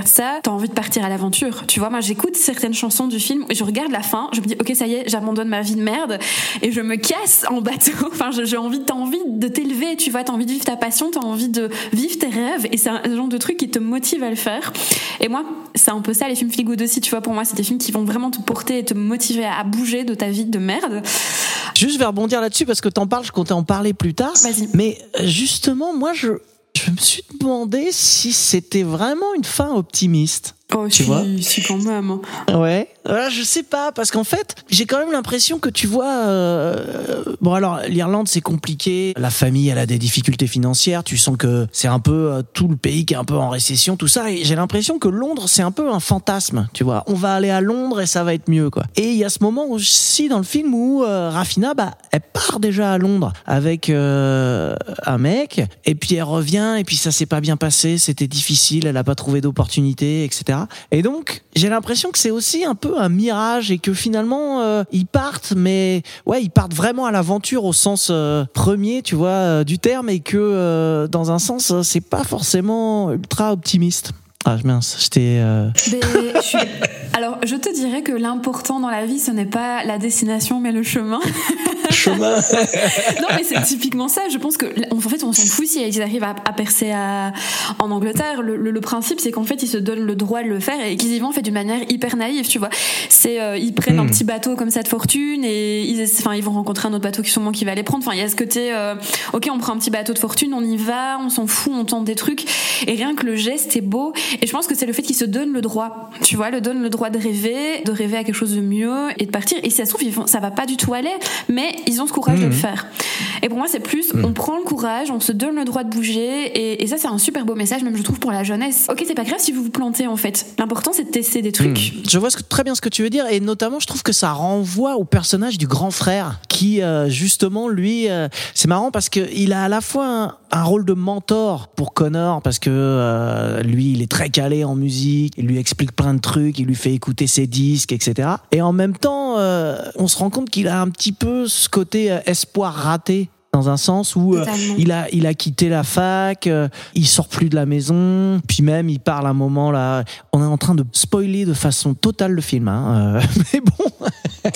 regardes ça, t'as envie de partir à l'aventure. Tu vois, moi j'écoute certaines chansons du film, je regarde la fin, je me dis ok ça y est, j'abandonne ma vie de merde et je me casse en bateau. Enfin, j'ai envie, t'as envie de t'élever, tu vois, t'as envie de vivre ta passion, t'as envie de vivre tes rêves et c'est un genre de truc qui te motive à le faire. Et moi, c'est un peu ça les films feel good aussi, tu vois, pour moi c'est des films qui vont vraiment te porter et te motiver à bouger de ta vie de merde. Juste, je vais rebondir là-dessus parce que t'en parles, je comptais en parler plus tard. Vas-y. Mais justement, moi, je, je me suis demandé si c'était vraiment une fin optimiste. Oh, tu si, vois si, quand même. Ouais. Euh, je sais pas, parce qu'en fait, j'ai quand même l'impression que tu vois. Euh... Bon, alors, l'Irlande, c'est compliqué. La famille, elle a des difficultés financières. Tu sens que c'est un peu euh, tout le pays qui est un peu en récession, tout ça. Et j'ai l'impression que Londres, c'est un peu un fantasme. Tu vois, on va aller à Londres et ça va être mieux, quoi. Et il y a ce moment aussi dans le film où euh, Rafina, bah, elle part déjà à Londres avec euh, un mec, et puis elle revient, et puis ça s'est pas bien passé. C'était difficile. Elle a pas trouvé d'opportunité, et cetera. Et donc, j'ai l'impression que c'est aussi un peu un mirage et que finalement, euh, ils partent, mais ouais, ils partent vraiment à l'aventure au sens euh, premier, tu vois, euh, du terme, et que euh, dans un sens, c'est pas forcément ultra optimiste. Ah mince, j'étais... Euh... Mais, je suis... Alors, je te dirais que l'important dans la vie, ce n'est pas la destination, mais le chemin. Chemin. Non, mais c'est typiquement ça. Je pense que, en fait, on s'en fout si ils arrivent à, à percer à... en Angleterre. Le, le, le principe, c'est qu'en fait, ils se donnent le droit de le faire et qu'ils y vont en fait d'une manière hyper naïve, tu vois. C'est, euh, ils prennent mmh. un petit bateau comme ça de fortune et ils, enfin, ils vont rencontrer un autre bateau qui sûrement qui va les prendre. Enfin, il y a ce côté, euh, ok, on prend un petit bateau de fortune, on y va, on s'en fout, on tente des trucs et rien que le geste est beau. Et je pense que c'est le fait qu'ils se donnent le droit, tu vois, le donnent le droit de rêver, de rêver à quelque chose de mieux et de partir. Et si ça se trouve, ils vont, ça va pas du tout aller, mais ils ont ce courage mmh. de le faire. Et pour moi, c'est plus, mmh. on prend le courage, on se donne le droit de bouger, et, et ça, c'est un super beau message, même je trouve pour la jeunesse. Ok, c'est pas grave si vous vous plantez en fait. L'important, c'est de tester des trucs. Mmh. Je vois ce que, très bien ce que tu veux dire, et notamment, je trouve que ça renvoie au personnage du grand frère, qui euh, justement, lui, euh, c'est marrant parce que il a à la fois un, un rôle de mentor pour Connor, parce que euh, lui, il est très calé en musique, il lui explique plein de trucs, il lui fait écouter ses disques, et cetera. Et en même temps, euh, on se rend compte qu'il a un petit peu ce côté euh, espoir raté, dans un sens où euh, il a il a quitté la fac, euh, il sort plus de la maison, puis même il parle un moment là, on est en train de spoiler de façon totale le film, hein, euh, mais bon.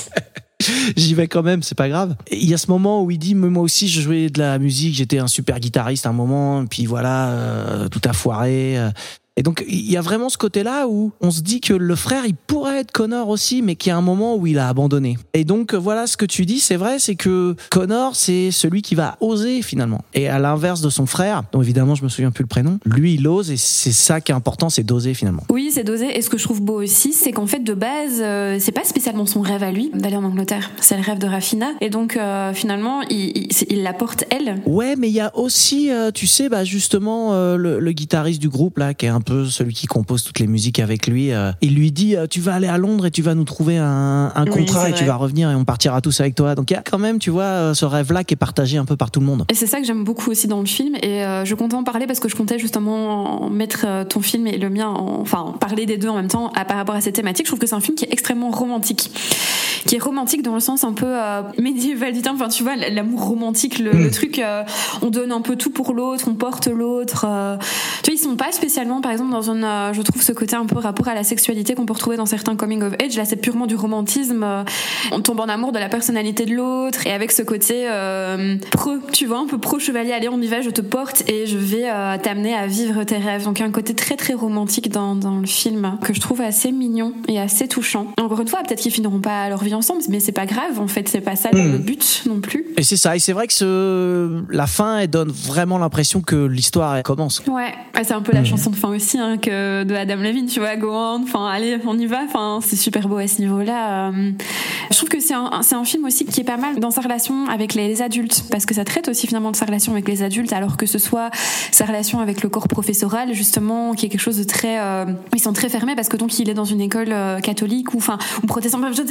J'y vais quand même, c'est pas grave. Et il y a ce moment où il dit, moi aussi je jouais de la musique, j'étais un super guitariste à un moment, puis voilà, euh, tout a foiré. Euh. Et donc il y a vraiment ce côté-là où on se dit que le frère, il pourrait être Connor aussi, mais qu'il y a un moment où il a abandonné. Et donc voilà, ce que tu dis, c'est vrai, c'est que Connor, c'est celui qui va oser finalement. Et à l'inverse de son frère, dont évidemment je me souviens plus le prénom, lui il ose, et c'est ça qui est important, c'est d'oser finalement. Oui, c'est d'oser. Et ce que je trouve beau aussi, c'est qu'en fait de base, euh, c'est pas spécialement son rêve à lui d'aller en Angleterre. C'est le rêve de Rafina. Et donc euh, finalement, il, il, il la porte elle. Ouais, mais il y a aussi, euh, tu sais, bah justement euh, le, le guitariste du groupe là, qui est un peu celui qui compose toutes les musiques avec lui, euh, il lui dit euh, tu vas aller à Londres et tu vas nous trouver un, un contrat, oui, et vrai. Tu vas revenir et on partira tous avec toi. Donc il y a quand même, tu vois, euh, ce rêve-là qui est partagé un peu par tout le monde. Et c'est ça que j'aime beaucoup aussi dans le film, et euh, je comptais en parler parce que je comptais justement en mettre euh, ton film et le mien, en, enfin parler des deux en même temps à, par rapport à cette thématique. Je trouve que c'est un film qui est extrêmement romantique, qui est romantique dans le sens un peu euh, médiéval du terme. Enfin tu vois, l'amour romantique, le, mmh. le truc, euh, on donne un peu tout pour l'autre, on porte l'autre. Euh, tu vois, ils sont pas spécialement, par exemple, dans une, euh, je trouve ce côté un peu rapport à la sexualité qu'on peut retrouver dans certains coming of age. Là, c'est purement du romantisme. Euh, on tombe en amour de la personnalité de l'autre, et avec ce côté euh, pro, tu vois, un peu pro chevalier. Allez, on y va, je te porte et je vais euh, t'amener à vivre tes rêves. Donc il y a un côté très très romantique dans dans le film que je trouve assez mignon et assez touchant. Encore une fois, peut-être qu'ils finiront pas leur vie ensemble, mais c'est pas grave. En fait, c'est pas ça mmh. le but non plus. Et c'est ça. Et c'est vrai que ce la fin, elle donne vraiment l'impression que l'histoire elle commence. Ouais, c'est un peu la mmh. chanson de fin aussi, hein, que de Adam Levine, tu vois, go on, enfin allez, on y va, enfin c'est super beau à ce niveau-là. Euh, je trouve que c'est un c'est un film aussi qui est pas mal dans sa relation avec les, les adultes, parce que ça traite aussi finalement de sa relation avec les adultes, alors que ce soit sa relation avec le corps professoral justement, qui est quelque chose de très, euh, ils sont très fermés parce que donc il est dans une école euh, catholique ou enfin ou protestante, je ne sais plus, mais dans une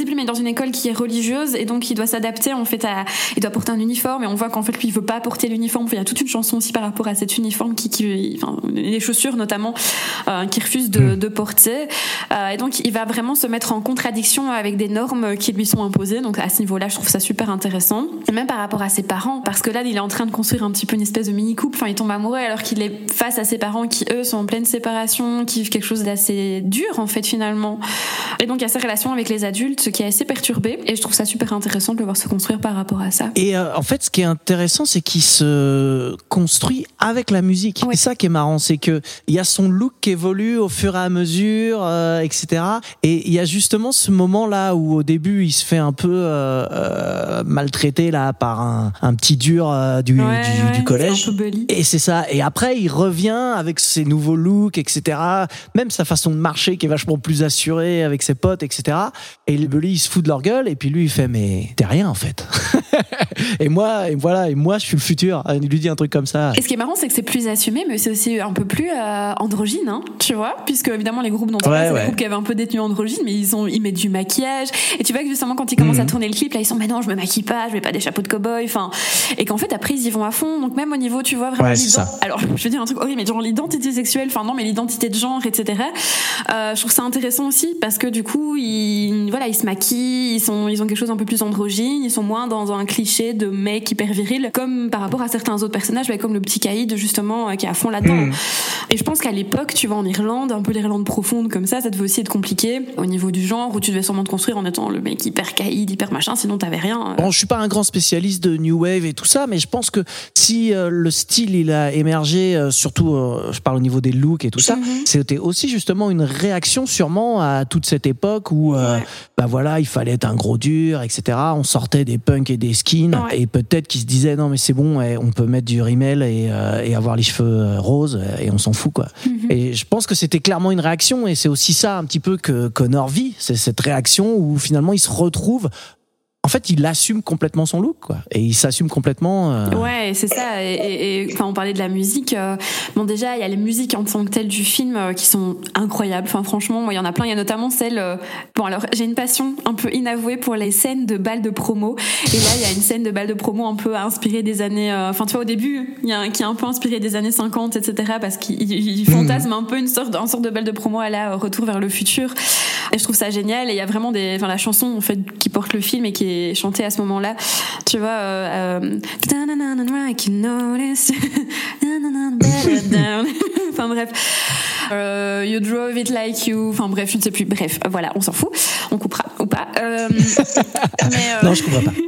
école qui est religieuse et donc il doit s'adapter en fait à, il doit porter un uniforme et on voit qu'en fait lui il veut pas porter l'uniforme. Il y a toute une chanson aussi par rapport à cet uniforme qui, qui enfin les chaussures notamment euh, qui refuse de, de porter euh, et donc il va vraiment se mettre en contradiction avec des normes qui lui sont imposées. Donc à ce niveau-là, je trouve ça super intéressant. Et même par rapport à ses parents, parce que là il est en train de construire un petit peu une espèce de mini couple. Enfin, il tombe amoureux alors qu'il est face à ses parents qui eux sont en pleine séparation, qui vivent quelque chose d'assez dur en fait finalement. Et donc il y a sa relation avec les adultes, ce qui est assez perturbé. Et je trouve ça super intéressant de le voir se construire par rapport à ça. Et euh, en fait, ce qui est intéressant, c'est qu'il se construit avec la musique. Ouais. C'est ça qui est marrant, c'est que il y a son look qui évolue au fur et à mesure, euh, et cetera. Et il y a justement ce moment là où au début il se fait un peu euh, euh, maltraiter là par un, un petit dur euh, du, ouais, du, ouais, du collège. C'est un peu bully. Et c'est ça. Et après, il revient avec ses nouveaux looks, et cetera. Même sa façon de marcher qui est vachement plus assurée avec ses potes, et cetera. Et les bullies, ils se foutent de leur gueule. Et puis lui, il fait, mais t'es rien en fait. et moi, et voilà, et moi, je suis le futur. Il lui dit un truc comme ça. Et ce qui est marrant, c'est que c'est plus assumé, mais c'est aussi un peu plus euh, androgyne, hein, tu vois, puisque évidemment les groupes dont on ouais, parle, c'est ouais. des groupes qui avaient un peu détenu androgyne, mais ils ont, ils mettent du maquillage. Et tu vois que justement quand ils commencent mmh. à tourner le clip, là ils sont, mais non, je me maquille pas, je mets pas des chapeaux de cow-boy, enfin, et qu'en fait après ils y vont à fond. Donc même au niveau, tu vois vraiment ouais, l'ident... alors je veux dire un truc horrible, mais genre l'identité sexuelle, enfin non, mais l'identité de genre, et cetera. Euh, je trouve ça intéressant aussi parce que du coup ils, voilà, ils se maquillent, ils sont, ils ont quelque chose un peu plus androgyne, ils sont moins dans un cliché de mec hyper viril, comme par rapport à certains autres personnages, bah, comme le petit Caïd justement qui est à fond là-dedans. Mmh. Et je pense qu'à l'époque, tu vois, en Irlande, un peu l'Irlande profonde comme ça, ça devait aussi être compliqué au niveau du genre, où tu devais sûrement te construire en étant le mec hyper caïd, hyper machin, sinon t'avais rien. Bon, je suis pas un grand spécialiste de New Wave et tout ça, mais je pense que si euh, le style il a émergé, euh, surtout, euh, je parle au niveau des looks et tout ça, mm-hmm. c'était aussi justement une réaction sûrement à toute cette époque où, euh, ouais. bah voilà, il fallait être un gros dur, et cetera. On sortait des punks et des skins, ouais. et peut-être qu'ils se disaient non mais c'est bon, on peut mettre du rimel et, euh, et avoir les cheveux roses et on s'en fout quoi. Mm-hmm. Et je pense que c'était clairement une réaction et c'est aussi ça un petit peu que Connor vit, c'est cette réaction où finalement il se retrouve. En fait, il assume complètement son look, quoi. Et il s'assume complètement. Euh... Ouais, c'est ça. Et, et, et enfin, on parlait de la musique. Euh, bon, déjà, il y a les musiques en tant que telles du film euh, qui sont incroyables. Enfin, franchement, moi, il y en a plein. Il y a notamment celle. Euh... Bon, alors, j'ai une passion un peu inavouée pour les scènes de balles de promo. Et là, il y a une scène de balles de promo un peu inspirée des années. Euh... Enfin, tu vois, au début, il y a un, qui est un peu inspiré des années cinquante, et cetera. Parce qu'il il, il fantasme mmh. un peu une sorte, une sorte de balle de promo à la Retour vers le futur. Et je trouve ça génial. Et il y a vraiment des, enfin, la chanson en fait qui porte le film et qui est chantée à ce moment-là. Tu vois, euh, euh... enfin bref, euh, you drove it like you. Enfin bref, je ne sais plus. Bref, voilà, on s'en fout. On coupera ou pas. Euh... mais, euh... Non, je couperai pas.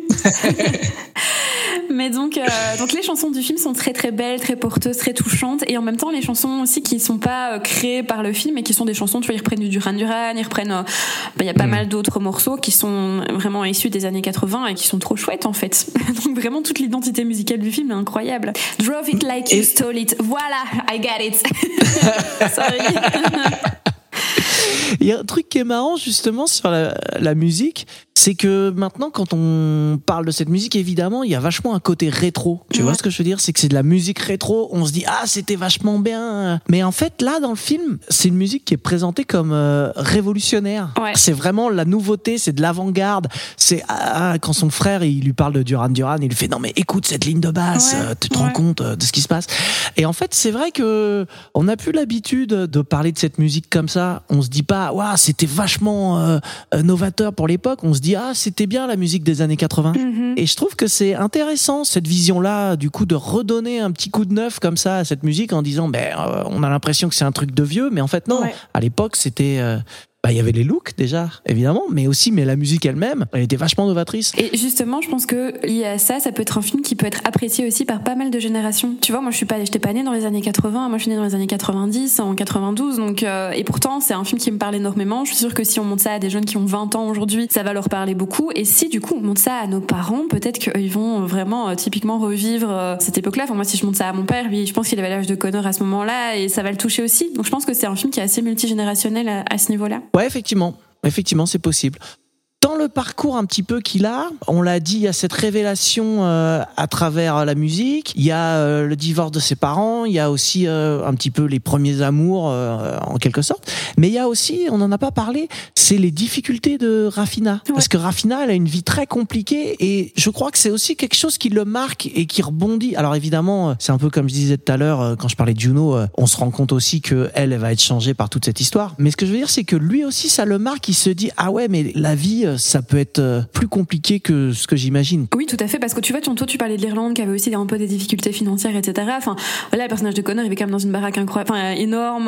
Mais donc, euh, donc les chansons du film sont très très belles, très porteuses, très touchantes, et en même temps les chansons aussi qui sont pas euh, créées par le film, mais qui sont des chansons, tu vois, ils reprennent du Duran Duran, ils reprennent, euh, bah, y a pas mmh. mal d'autres morceaux qui sont vraiment issus des années quatre-vingts et qui sont trop chouettes en fait. Donc vraiment toute l'identité musicale du film est incroyable. Drove it like et... you stole it. Voilà, I got it. Sorry. Il y a un truc qui est marrant justement sur la, la musique, c'est que maintenant quand on parle de cette musique, évidemment, il y a vachement un côté rétro. Tu ouais. vois ce que je veux dire ? C'est que c'est de la musique rétro, on se dit « Ah, c'était vachement bien !» Mais en fait, là, dans le film, c'est une musique qui est présentée comme euh, révolutionnaire. Ouais. C'est vraiment la nouveauté, c'est de l'avant-garde. C'est ah, quand son frère, il lui parle de Duran Duran, il lui fait « Non mais écoute cette ligne de basse, ouais. tu te ouais. rends compte de ce qui se passe ?» Et en fait, c'est vrai que on n'a plus l'habitude de parler de cette musique comme ça. On se dit pas « Waouh, c'était vachement euh, novateur pour l'époque », on se dit ah c'était bien la musique des années quatre-vingts. Mm-hmm. Et je trouve que c'est intéressant cette vision là du coup de redonner un petit coup de neuf comme ça à cette musique en disant ben euh, on a l'impression que c'est un truc de vieux mais en fait non, ouais. à l'époque c'était euh, bah il y avait les looks déjà évidemment mais aussi mais la musique elle-même elle était vachement novatrice. Et justement je pense que lié à ça ça peut être un film qui peut être apprécié aussi par pas mal de générations. Tu vois moi je suis pas j'étais pas née dans les années quatre-vingts, moi je suis née dans les années quatre-vingt-dix, en quatre-vingt-douze donc euh, et pourtant c'est un film qui me parle énormément. Je suis sûre que si on monte ça à des jeunes qui ont vingt ans aujourd'hui ça va leur parler beaucoup et si du coup on monte ça à nos parents peut-être qu'ils vont vraiment euh, typiquement revivre euh, cette époque-là. Enfin moi si je monte ça à mon père lui je pense qu'il avait l'âge de Connor à ce moment-là et ça va le toucher aussi. Donc je pense que c'est un film qui est assez multigénérationnel à, à ce niveau-là. Ouais, effectivement. Effectivement, c'est possible. Dans le parcours un petit peu qu'il a, on l'a dit, il y a cette révélation euh, à travers la musique, il y a euh, le divorce de ses parents, il y a aussi euh, un petit peu les premiers amours euh, en quelque sorte, mais il y a aussi, on n'en a pas parlé, c'est les difficultés de Rafina. Ouais. Parce que Rafina, elle a une vie très compliquée et je crois que c'est aussi quelque chose qui le marque et qui rebondit. Alors évidemment, c'est un peu comme je disais tout à l'heure quand je parlais de Juno, on se rend compte aussi que elle, elle va être changée par toute cette histoire. Mais ce que je veux dire, c'est que lui aussi, ça le marque, il se dit, ah ouais, mais la vie, ça peut être plus compliqué que ce que j'imagine. Oui, tout à fait, parce que tu vois, toi, tu parlais de l'Irlande, qui avait aussi un peu des difficultés financières, et cetera. Enfin, voilà, le personnage de Connor, il est quand même dans une baraque incroyable, enfin, énorme.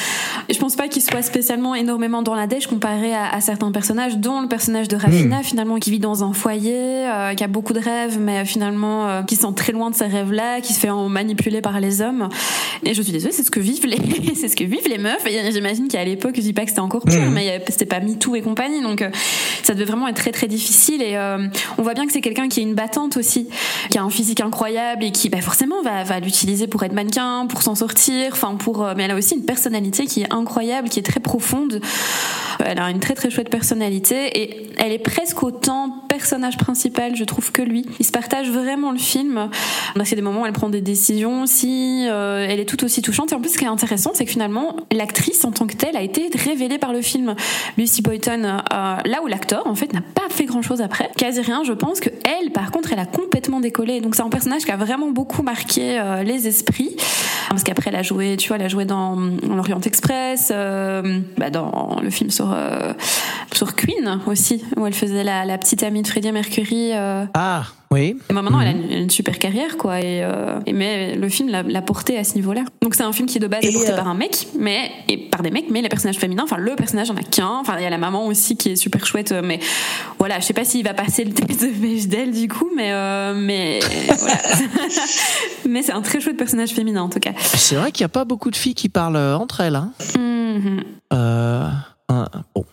Je pense pas qu'il soit spécialement énormément dans la dèche comparé à, à certains personnages, dont le personnage de Rafina, mmh. finalement, qui vit dans un foyer, euh, qui a beaucoup de rêves, mais finalement, euh, qui sont très loin de ces rêves-là, qui se fait manipuler par les hommes. Et je suis désolée, c'est ce que vivent les, c'est ce que vivent les meufs. Et j'imagine qu'à l'époque, je dis pas que c'était encore pire, mmh. mais c'était pas MeToo et compagnie, donc euh, ça devait vraiment être très très difficile. Et euh, on voit bien que c'est quelqu'un qui est une battante aussi, qui a un physique incroyable et qui, bah, forcément, va, va l'utiliser pour être mannequin, pour s'en sortir, enfin pour. Euh, mais elle a aussi une personnalité qui est incroyable, qui est très profonde. Elle a une très très chouette personnalité et elle est presque autant personnage principal, je trouve, que lui. Il se partage vraiment le film. Parce qu'il y a des moments où elle prend des décisions aussi, euh, elle est tout aussi touchante. Et en plus, ce qui est intéressant, c'est que finalement, l'actrice en tant que telle a été révélée par le film. Lucy Boynton, euh, là où l'acteur, en fait, n'a pas fait grand-chose après. Quasi rien, je pense que elle, par contre, elle a complètement décollé. Donc c'est un personnage qui a vraiment beaucoup marqué euh, les esprits. Parce qu'après, elle a joué, tu vois, elle a joué dans, dans l'Orient Express, euh, bah dans le film sur euh, sur Queen aussi, où elle faisait la, la petite amie de Freddie Mercury. Euh. Ah. Oui. Et maintenant, mmh. elle a une, une super carrière, quoi. Et, euh, et mais le film l'a, l'a porté à ce niveau-là. Donc c'est un film qui de base est porté euh... par un mec, mais et par des mecs, mais les personnages féminins, enfin le personnage en a qu'un. Enfin il y a la maman aussi qui est super chouette, mais voilà, je sais pas s'il va passer le test de Bechdel du coup, mais euh, mais voilà. Mais c'est un très chouette personnage féminin en tout cas. C'est vrai qu'il y a pas beaucoup de filles qui parlent entre elles, hein. Mmh. Euh, un, bon.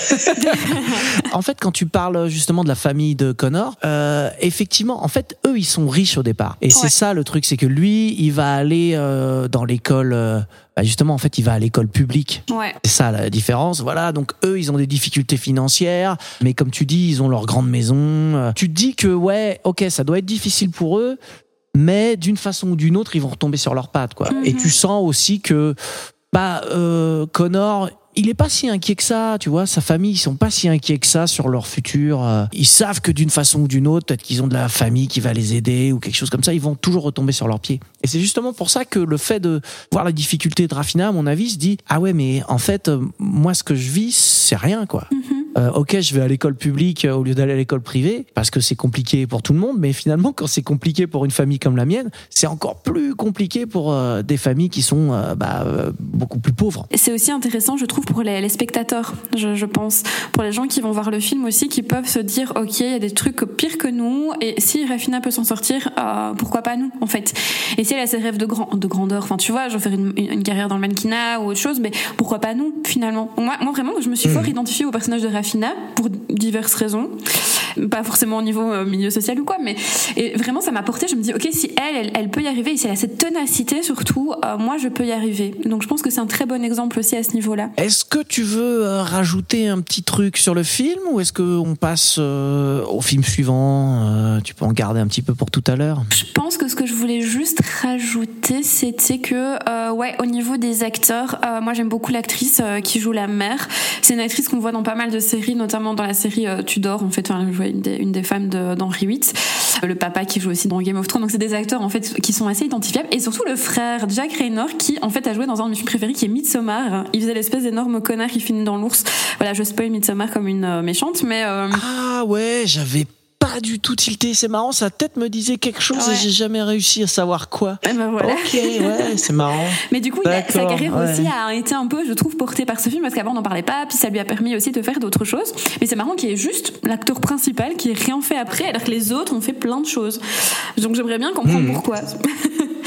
En fait, quand tu parles justement de la famille de Connor, euh, effectivement, en fait, eux, ils sont riches au départ. Et ouais. c'est ça le truc, c'est que lui, il va aller euh, dans l'école. Euh, bah justement, en fait, il va à l'école publique. Ouais. C'est ça la différence. Voilà. Donc eux, ils ont des difficultés financières, mais comme tu dis, ils ont leur grande maison. Tu te dis que ouais, ok, ça doit être difficile pour eux, mais d'une façon ou d'une autre, ils vont retomber sur leurs pattes, quoi. Mm-hmm. Et tu sens aussi que bah euh, Connor. Il est pas si inquiet que ça, tu vois. Sa famille, ils sont pas si inquiets que ça sur leur futur. Ils savent que d'une façon ou d'une autre, peut-être qu'ils ont de la famille qui va les aider ou quelque chose comme ça. Ils vont toujours retomber sur leurs pieds. Et c'est justement pour ça que le fait de voir la difficulté de Rafina, à mon avis, se dit ah ouais, mais en fait, moi, ce que je vis, c'est rien, quoi. Mm-hmm. Euh, ok, je vais à l'école publique au lieu d'aller à l'école privée parce que c'est compliqué pour tout le monde. Mais finalement, quand c'est compliqué pour une famille comme la mienne, c'est encore plus compliqué pour euh, des familles qui sont euh, bah, euh, beaucoup plus pauvres. Et c'est aussi intéressant, je trouve, pour les, les spectateurs, je, je pense, pour les gens qui vont voir le film aussi, qui peuvent se dire, ok, il y a des trucs pires que nous, et si Rafina peut s'en sortir, euh, pourquoi pas nous, en fait. Et si elle a ses rêves de, grand, de grandeur, enfin, tu vois, je veux faire une, une carrière dans le mannequinat ou autre chose, mais pourquoi pas nous, finalement. Moi, moi vraiment, je me suis mmh. fort identifiée au personnage de Rafina pour diverses raisons, pas forcément au niveau euh, milieu social ou quoi, mais et vraiment ça m'a porté. Je me dis ok, si elle, elle, elle peut y arriver, et si elle a cette ténacité surtout, euh, moi je peux y arriver. Donc je pense que c'est un très bon exemple aussi à ce niveau-là. Est-ce que tu veux euh, rajouter un petit truc sur le film ou est-ce que on passe euh, au film suivant? euh, Tu peux en garder un petit peu pour tout à l'heure. Je pense que ce que je voulais juste rajouter, c'était que euh, ouais, au niveau des acteurs, euh, moi j'aime beaucoup l'actrice euh, qui joue la mère. C'est une actrice qu'on voit dans pas mal de séries, notamment dans la série euh, Tudor, en fait, enfin, elle jouait une des, une des femmes de, d'Henri huit. Euh, le papa qui joue aussi dans Game of Thrones. Donc c'est des acteurs en fait qui sont assez identifiables. Et surtout le frère Jack Raynor qui en fait a joué dans un de mes films préférés qui est Midsommar. Il faisait l'espèce d'énorme connard qui finit dans l'ours. Voilà, je spoil Midsommar comme une euh, méchante, mais euh... ah ouais, j'avais pas du tout tilté. C'est marrant, sa tête me disait quelque chose ouais. et j'ai jamais réussi à savoir quoi. Et ben voilà. Ok, ouais, c'est marrant. Mais du coup, il a, sa carrière ouais. aussi a été un peu, je trouve, portée par ce film parce qu'avant on n'en parlait pas, puis ça lui a permis aussi de faire d'autres choses. Mais c'est marrant qu'il y ait juste l'acteur principal qui ait rien fait après, alors que les autres ont fait plein de choses. Donc j'aimerais bien comprendre mmh. pourquoi.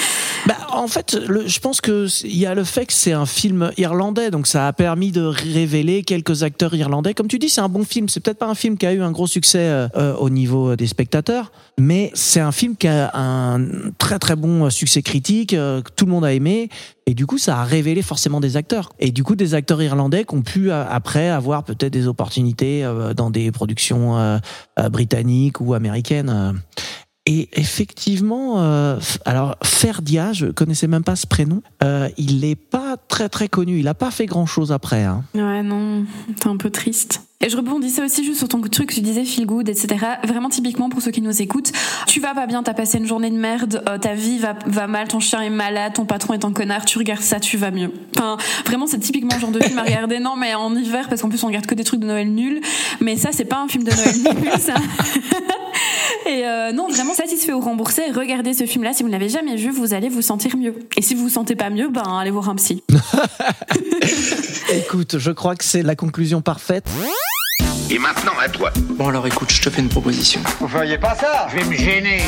Bah, en fait, le, je pense que il y a le fait que c'est un film irlandais, donc ça a permis de révéler quelques acteurs irlandais. Comme tu dis, c'est un bon film. C'est peut-être pas un film qui a eu un gros succès euh, au niveau des spectateurs, mais c'est un film qui a un très très bon succès critique, euh, que tout le monde a aimé. Et du coup, ça a révélé forcément des acteurs. Et du coup, des acteurs irlandais qui ont pu euh, après avoir peut-être des opportunités euh, dans des productions euh, euh, britanniques ou américaines. Euh. Et effectivement, euh, alors Ferdia, je connaissais même pas ce prénom. Euh, il est pas très très connu. Il a pas fait grand chose après. Hein. Ouais, non, c'est un peu triste. Et je rebondissais aussi juste sur ton truc, tu disais feel good, et cetera. Vraiment typiquement pour ceux qui nous écoutent, tu vas pas bien, t'as passé une journée de merde, euh, ta vie va, va mal, ton chien est malade, ton patron est un connard, tu regardes ça, tu vas mieux. Enfin, vraiment, c'est typiquement le genre de film à regarder. Non, mais en hiver, parce qu'en plus on regarde que des trucs de Noël nuls. Mais ça, c'est pas un film de Noël nul, ça. Et euh, non, vraiment satisfait ou remboursé, regardez ce film-là. Si vous ne l'avez jamais vu, vous allez vous sentir mieux. Et si vous vous sentez pas mieux, ben allez voir un psy. Écoute, je crois que c'est la conclusion parfaite. Et maintenant, à toi. Bon alors écoute, je te fais une proposition. Vous feriez pas ça? Je vais me gêner.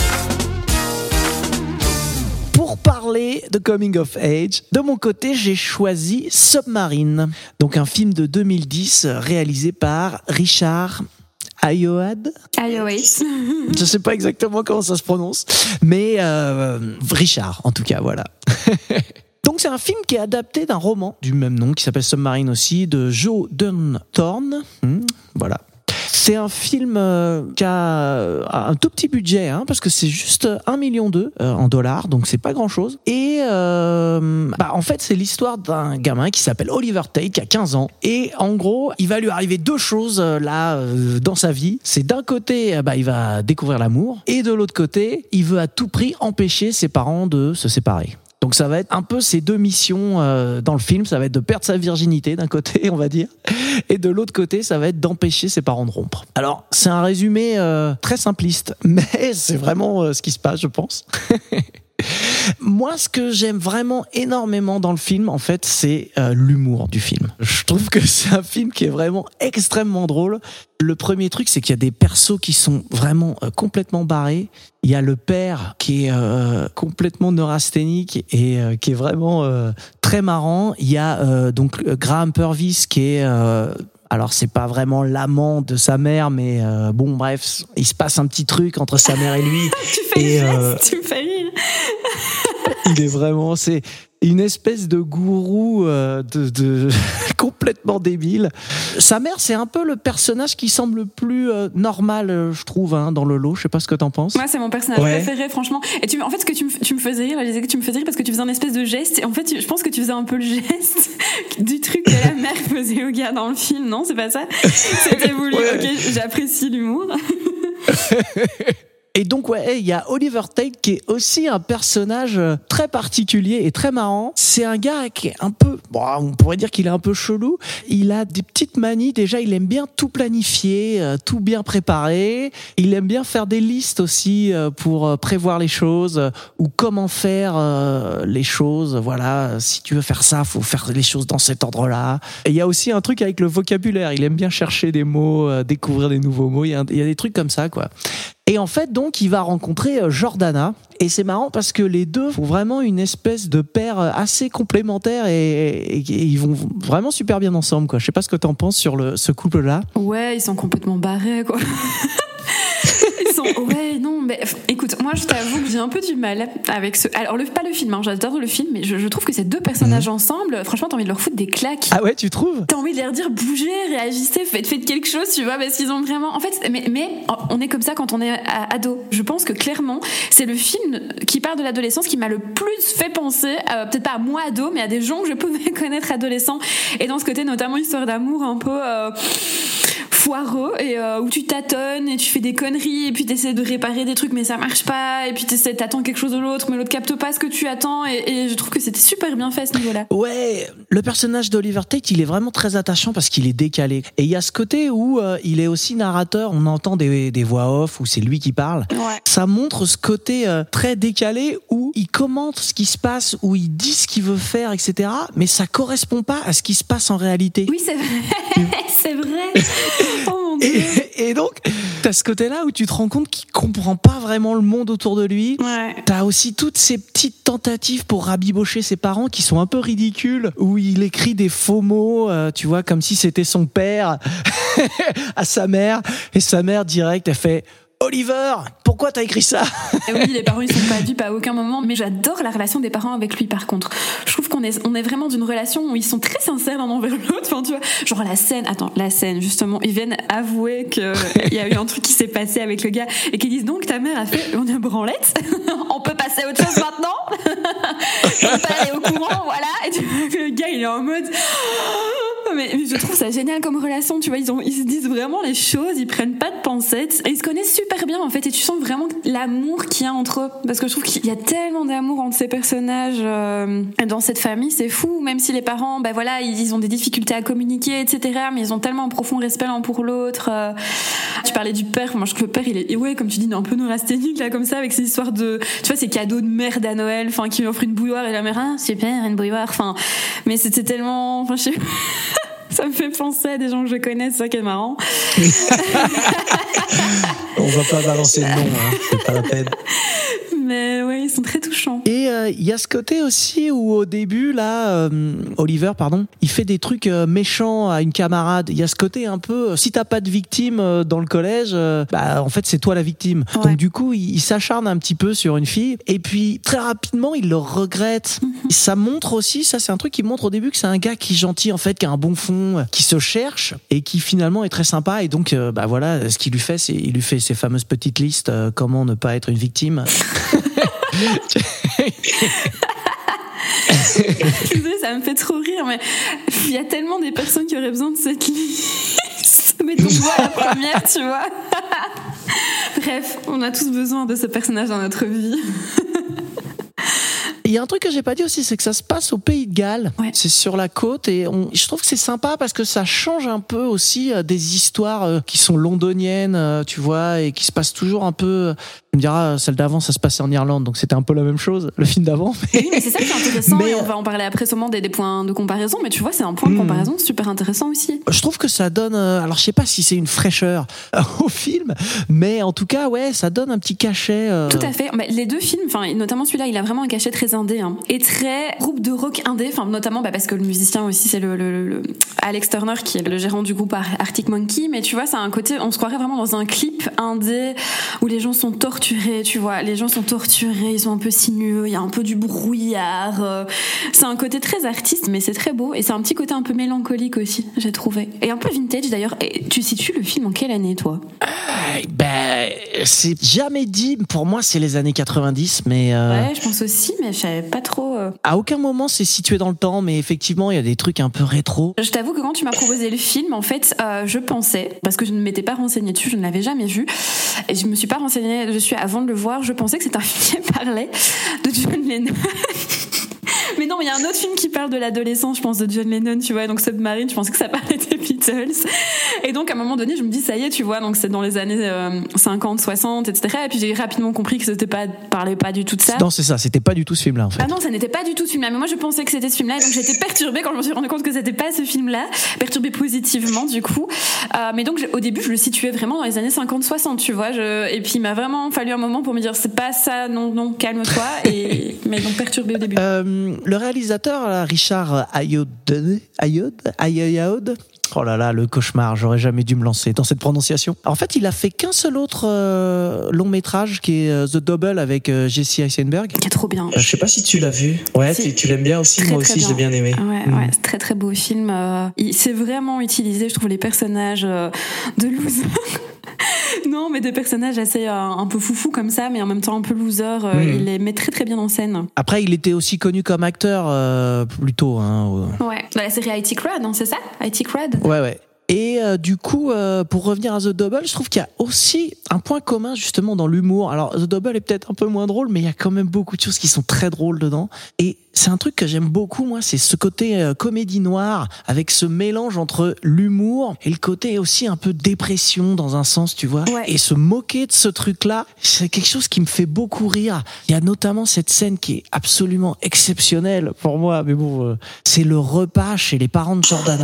Pour parler de Coming of Age, de mon côté, j'ai choisi Submarine. Donc un film de deux mille dix réalisé par Richard Ayoade. Ayoade. Je sais pas exactement comment ça se prononce, mais euh, Richard, en tout cas, voilà. Donc c'est un film qui est adapté d'un roman du même nom, qui s'appelle Submarine aussi, de Joe Dunthorne. Mmh, voilà. C'est un film euh, qui a un tout petit budget, hein, parce que c'est juste un million deux euh, en dollars, donc c'est pas grand-chose. Et euh, bah, en fait, c'est l'histoire d'un gamin qui s'appelle Oliver Tate, qui a quinze ans. Et en gros, il va lui arriver deux choses euh, là euh, dans sa vie. C'est d'un côté, euh, bah, il va découvrir l'amour, et de l'autre côté, il veut à tout prix empêcher ses parents de se séparer. Donc ça va être un peu ces deux missions euh, dans le film, ça va être de perdre sa virginité d'un côté, on va dire, et de l'autre côté, ça va être d'empêcher ses parents de rompre. Alors, c'est un résumé euh, très simpliste, mais c'est vraiment euh, ce qui se passe, je pense. Moi, ce que j'aime vraiment énormément dans le film, en fait, c'est euh, l'humour du film. Je trouve que c'est un film qui est vraiment extrêmement drôle. Le premier truc, c'est qu'il y a des persos qui sont vraiment euh, complètement barrés. Il y a le père qui est euh, complètement neurasthénique et euh, qui est vraiment euh, très marrant. Il y a euh, donc Graham Purvis qui est... Euh, alors c'est pas vraiment l'amant de sa mère, mais euh, bon bref, il se passe un petit truc entre sa mère et lui. Tu fais et, le geste, euh, tu me fais rire. Il est vraiment, c'est une espèce de gourou euh, de, de complètement débile. Sa mère, c'est un peu le personnage qui semble le plus euh, normal, euh, je trouve, hein, dans le lot. Je sais pas ce que t'en penses. Moi, c'est mon personnage ouais. préféré, franchement. Et tu, en fait, ce que tu me, tu me faisais rire, là, je disais que tu me faisais rire parce que tu faisais un espèce de geste. Et en fait, tu, je pense que tu faisais un peu le geste du truc que la mère faisait au gars dans le film. Non, c'est pas ça. C'était voulu. Ouais. Ok, j'apprécie l'humour. Et donc, ouais, il y a Oliver Tate qui est aussi un personnage très particulier et très marrant. C'est un gars qui est un peu, bon, on pourrait dire qu'il est un peu chelou. Il a des petites manies. Déjà, il aime bien tout planifier, tout bien préparer. Il aime bien faire des listes aussi pour prévoir les choses ou comment faire les choses. Voilà, si tu veux faire ça, faut faire les choses dans cet ordre-là. Et il y a aussi un truc avec le vocabulaire. Il aime bien chercher des mots, découvrir des nouveaux mots. Il y a, il y a des trucs comme ça, quoi. Et en fait, donc, il va rencontrer Jordana. Et c'est marrant parce que les deux font vraiment une espèce de paire assez complémentaire et, et, et ils vont vraiment super bien ensemble, quoi. Je sais pas ce que t'en penses sur le, ce couple-là. Ouais, ils sont complètement barrés, quoi. Ils sont, ouais, non, mais écoute, moi je t'avoue que j'ai un peu du mal avec ce. Alors, le, pas le film, hein, j'adore le film, mais je, je trouve que ces deux personnages mmh. ensemble, franchement, t'as envie de leur foutre des claques. Ah ouais, tu trouves? T'as envie de leur dire bougez, réagissez, faites, faites quelque chose, tu vois, parce qu'ils ont vraiment. En fait, mais, mais on est comme ça quand on est ado. Je pense que clairement, c'est le film qui parle de l'adolescence qui m'a le plus fait penser, euh, peut-être pas à moi ado, mais à des gens que je pouvais connaître adolescents. Et dans ce côté, notamment histoire d'amour un peu. Euh, foireux et euh, où tu tâtonnes et tu fais des conneries et puis t'essaies de réparer des trucs mais ça marche pas et puis t'essaies, t'attends quelque chose de l'autre mais l'autre capte pas ce que tu attends et, et je trouve que c'était super bien fait à ce niveau-là. Ouais, le personnage d'Oliver Tate il est vraiment très attachant parce qu'il est décalé et il y a ce côté où euh, il est aussi narrateur, on entend des, des voix off où c'est lui qui parle. Ouais. Ça montre ce côté euh, très décalé où il commente ce qui se passe, où il dit ce qu'il veut faire, et cetera. Mais ça correspond pas à ce qui se passe en réalité. Oui, c'est vrai, c'est vrai. Oh mon Et, et donc, t'as ce côté-là où tu te rends compte qu'il comprend pas vraiment le monde autour de lui. Ouais. T'as aussi toutes ces petites tentatives pour rabibocher ses parents qui sont un peu ridicules, où il écrit des faux mots, euh, tu vois, comme si c'était son père à sa mère, et sa mère direct, elle fait Oliver, pourquoi t'as écrit ça? Et oui, les parents ils sont pas dupes à aucun moment, mais j'adore la relation des parents avec lui. Par contre, je trouve qu'on est on est vraiment d'une relation où ils sont très sincères l'un envers l'autre. Enfin, tu vois, genre la scène, attends, la scène justement, ils viennent avouer que il y a eu un truc qui s'est passé avec le gars et qu'ils disent donc ta mère a fait on est branlette, on peut passer à autre chose maintenant, on peut aller au courant, voilà. Et tu vois que le gars il est en mode mais, mais je trouve ça génial comme relation, tu vois, ils ont ils se disent vraiment les choses, ils prennent pas de pincettes et ils se connaissent super bien en fait, et tu sens vraiment l'amour qu'il y a entre eux, parce que je trouve qu'il y a tellement d'amour entre ces personnages euh, dans cette famille, c'est fou, même si les parents ben voilà ils, ils ont des difficultés à communiquer etc, mais ils ont tellement un profond respect l'un pour l'autre. Euh, tu parlais du père, moi je trouve que le père il est ouais comme tu dis il est un peu neurasthénique là comme ça, avec ces histoires de tu vois ces cadeaux de merde à Noël, enfin qui lui offre une bouilloire et la mère ah super une bouilloire, enfin mais c'était tellement enfin je sais ça me fait penser à des gens que je connais, c'est ça qui est marrant. On va pas balancer le nom, hein, c'est pas la peine. Mais ouais, ils sont très touchants. Et il euh, y a ce côté aussi où au début, là, euh, Oliver, pardon, il fait des trucs euh, méchants à une camarade. Il y a ce côté un peu, si t'as pas de victime euh, dans le collège, euh, bah en fait c'est toi la victime. Ouais. Donc du coup, il, il s'acharne un petit peu sur une fille. Et puis très rapidement, il le regrette. Mm-hmm. Ça montre aussi, ça c'est un truc qui montre au début que c'est un gars qui est gentil en fait, qui a un bon fond, qui se cherche et qui finalement est très sympa. Et donc, euh, bah voilà, ce qu'il lui fait, c'est il lui fait ses fameuses petites listes. Euh, comment ne pas être une victime. Désolée, ça me fait trop rire, mais il y a tellement des personnes qui auraient besoin de cette liste. Mais ton doigt à la première, tu vois. Bref, on a tous besoin de ce personnage dans notre vie. Il y a un truc que j'ai pas dit aussi, c'est que ça se passe au Pays de Galles. Ouais. C'est sur la côte et on, je trouve que c'est sympa parce que ça change un peu aussi euh, des histoires euh, qui sont londoniennes, euh, tu vois, et qui se passent toujours un peu. Euh, on me dira, celle d'avant, ça se passait en Irlande, donc c'était un peu la même chose, le film d'avant. Mais... Oui, mais c'est ça qui est intéressant, mais... et on va en parler après sûrement des, des points de comparaison, mais tu vois, c'est un point de comparaison super intéressant aussi. Je trouve que ça donne, euh, alors je sais pas si c'est une fraîcheur euh, au film, mais en tout cas, ouais, ça donne un petit cachet. Euh... Tout à fait. Mais les deux films, enfin, notamment celui-là, il a vraiment un cachet très indé, hein, et très groupe de rock indé, enfin, notamment bah, parce que le musicien aussi, c'est le, le, le Alex Turner, qui est le gérant du groupe Arctic Monkey, mais tu vois, ça a un côté, on se croirait vraiment dans un clip indé où les gens sont torturés, tu vois. Les gens sont torturés, ils sont un peu sinueux, il y a un peu du brouillard. Euh, c'est un côté très artiste, mais c'est très beau. Et c'est un petit côté un peu mélancolique aussi, j'ai trouvé. Et un peu vintage d'ailleurs. Et tu situes le film en quelle année, toi ? euh, Ben, c'est jamais dit. Pour moi, c'est les années quatre-vingt-dix, mais... Euh... Ouais, je pense aussi, mais je savais pas trop... Euh... À aucun moment, c'est situé dans le temps, mais effectivement, il y a des trucs un peu rétro. Je t'avoue que quand tu m'as proposé le film, en fait, euh, je pensais, parce que je ne m'étais pas renseignée dessus, je ne l'avais jamais vu, et je me suis pas renseignée dessus avant de le voir, je pensais que c'était un film qui parlait de John Lennon. Mais non, il y a un autre film qui parle de l'adolescence, je pense, de John Lennon, tu vois, donc Submarine, je pensais que ça parlait des Beatles. Et donc, à un moment donné, je me dis, ça y est, tu vois, donc c'est dans les années euh, cinquante, soixante, et cetera. Et puis j'ai rapidement compris que c'était pas, parlait pas du tout de ça. Non, c'est ça, c'était pas du tout ce film-là, en fait. Ah non, ça n'était pas du tout ce film-là, mais moi je pensais que c'était ce film-là, et donc j'étais perturbée quand je me suis rendu compte que c'était pas ce film-là, perturbée positivement, du coup. Euh, mais donc, au début, je le situais vraiment dans les années cinquante soixante, tu vois, je... et puis il m'a vraiment fallu un moment pour me dire, c'est pas ça, non, non, calme-toi, et... mais donc perturbée au début. Euh, le réalisateur, Richard Ayoade, Ayoade, Ayoade, oh là là, le cauchemar, j'aurais jamais dû me lancer dans cette prononciation. En fait, il a fait qu'un seul autre euh, long métrage qui est euh, The Double avec euh, Jesse Eisenberg. Qui est trop bien. Euh, je sais pas si tu l'as vu. Ouais, tu, tu l'aimes bien aussi. Très, moi aussi, je l'ai bien aimé. Ouais, mm. ouais, c'est très très beau film. Euh, il s'est vraiment utilisé, je trouve, les personnages euh, de loser. Non, mais des personnages assez euh, un peu foufou comme ça, mais en même temps un peu loser. Euh, mmh. Il les met très très bien en scène. Après, il était aussi connu comme acteur euh, plutôt. Hein, ouais, dans la série I T Crowd, hein, c'est ça I T Crowd. Ouais, ouais. Et euh, du coup, euh, pour revenir à The Double, je trouve qu'il y a aussi un point commun justement dans l'humour. Alors, The Double est peut-être un peu moins drôle, mais il y a quand même beaucoup de choses qui sont très drôles dedans. Et c'est un truc que j'aime beaucoup, moi, c'est ce côté euh, comédie noire, avec ce mélange entre l'humour et le côté aussi un peu dépression dans un sens, tu vois. Ouais. Et se moquer de ce truc-là, c'est quelque chose qui me fait beaucoup rire. Il y a notamment cette scène qui est absolument exceptionnelle pour moi, mais bon, euh, c'est le repas chez les parents de Jordana.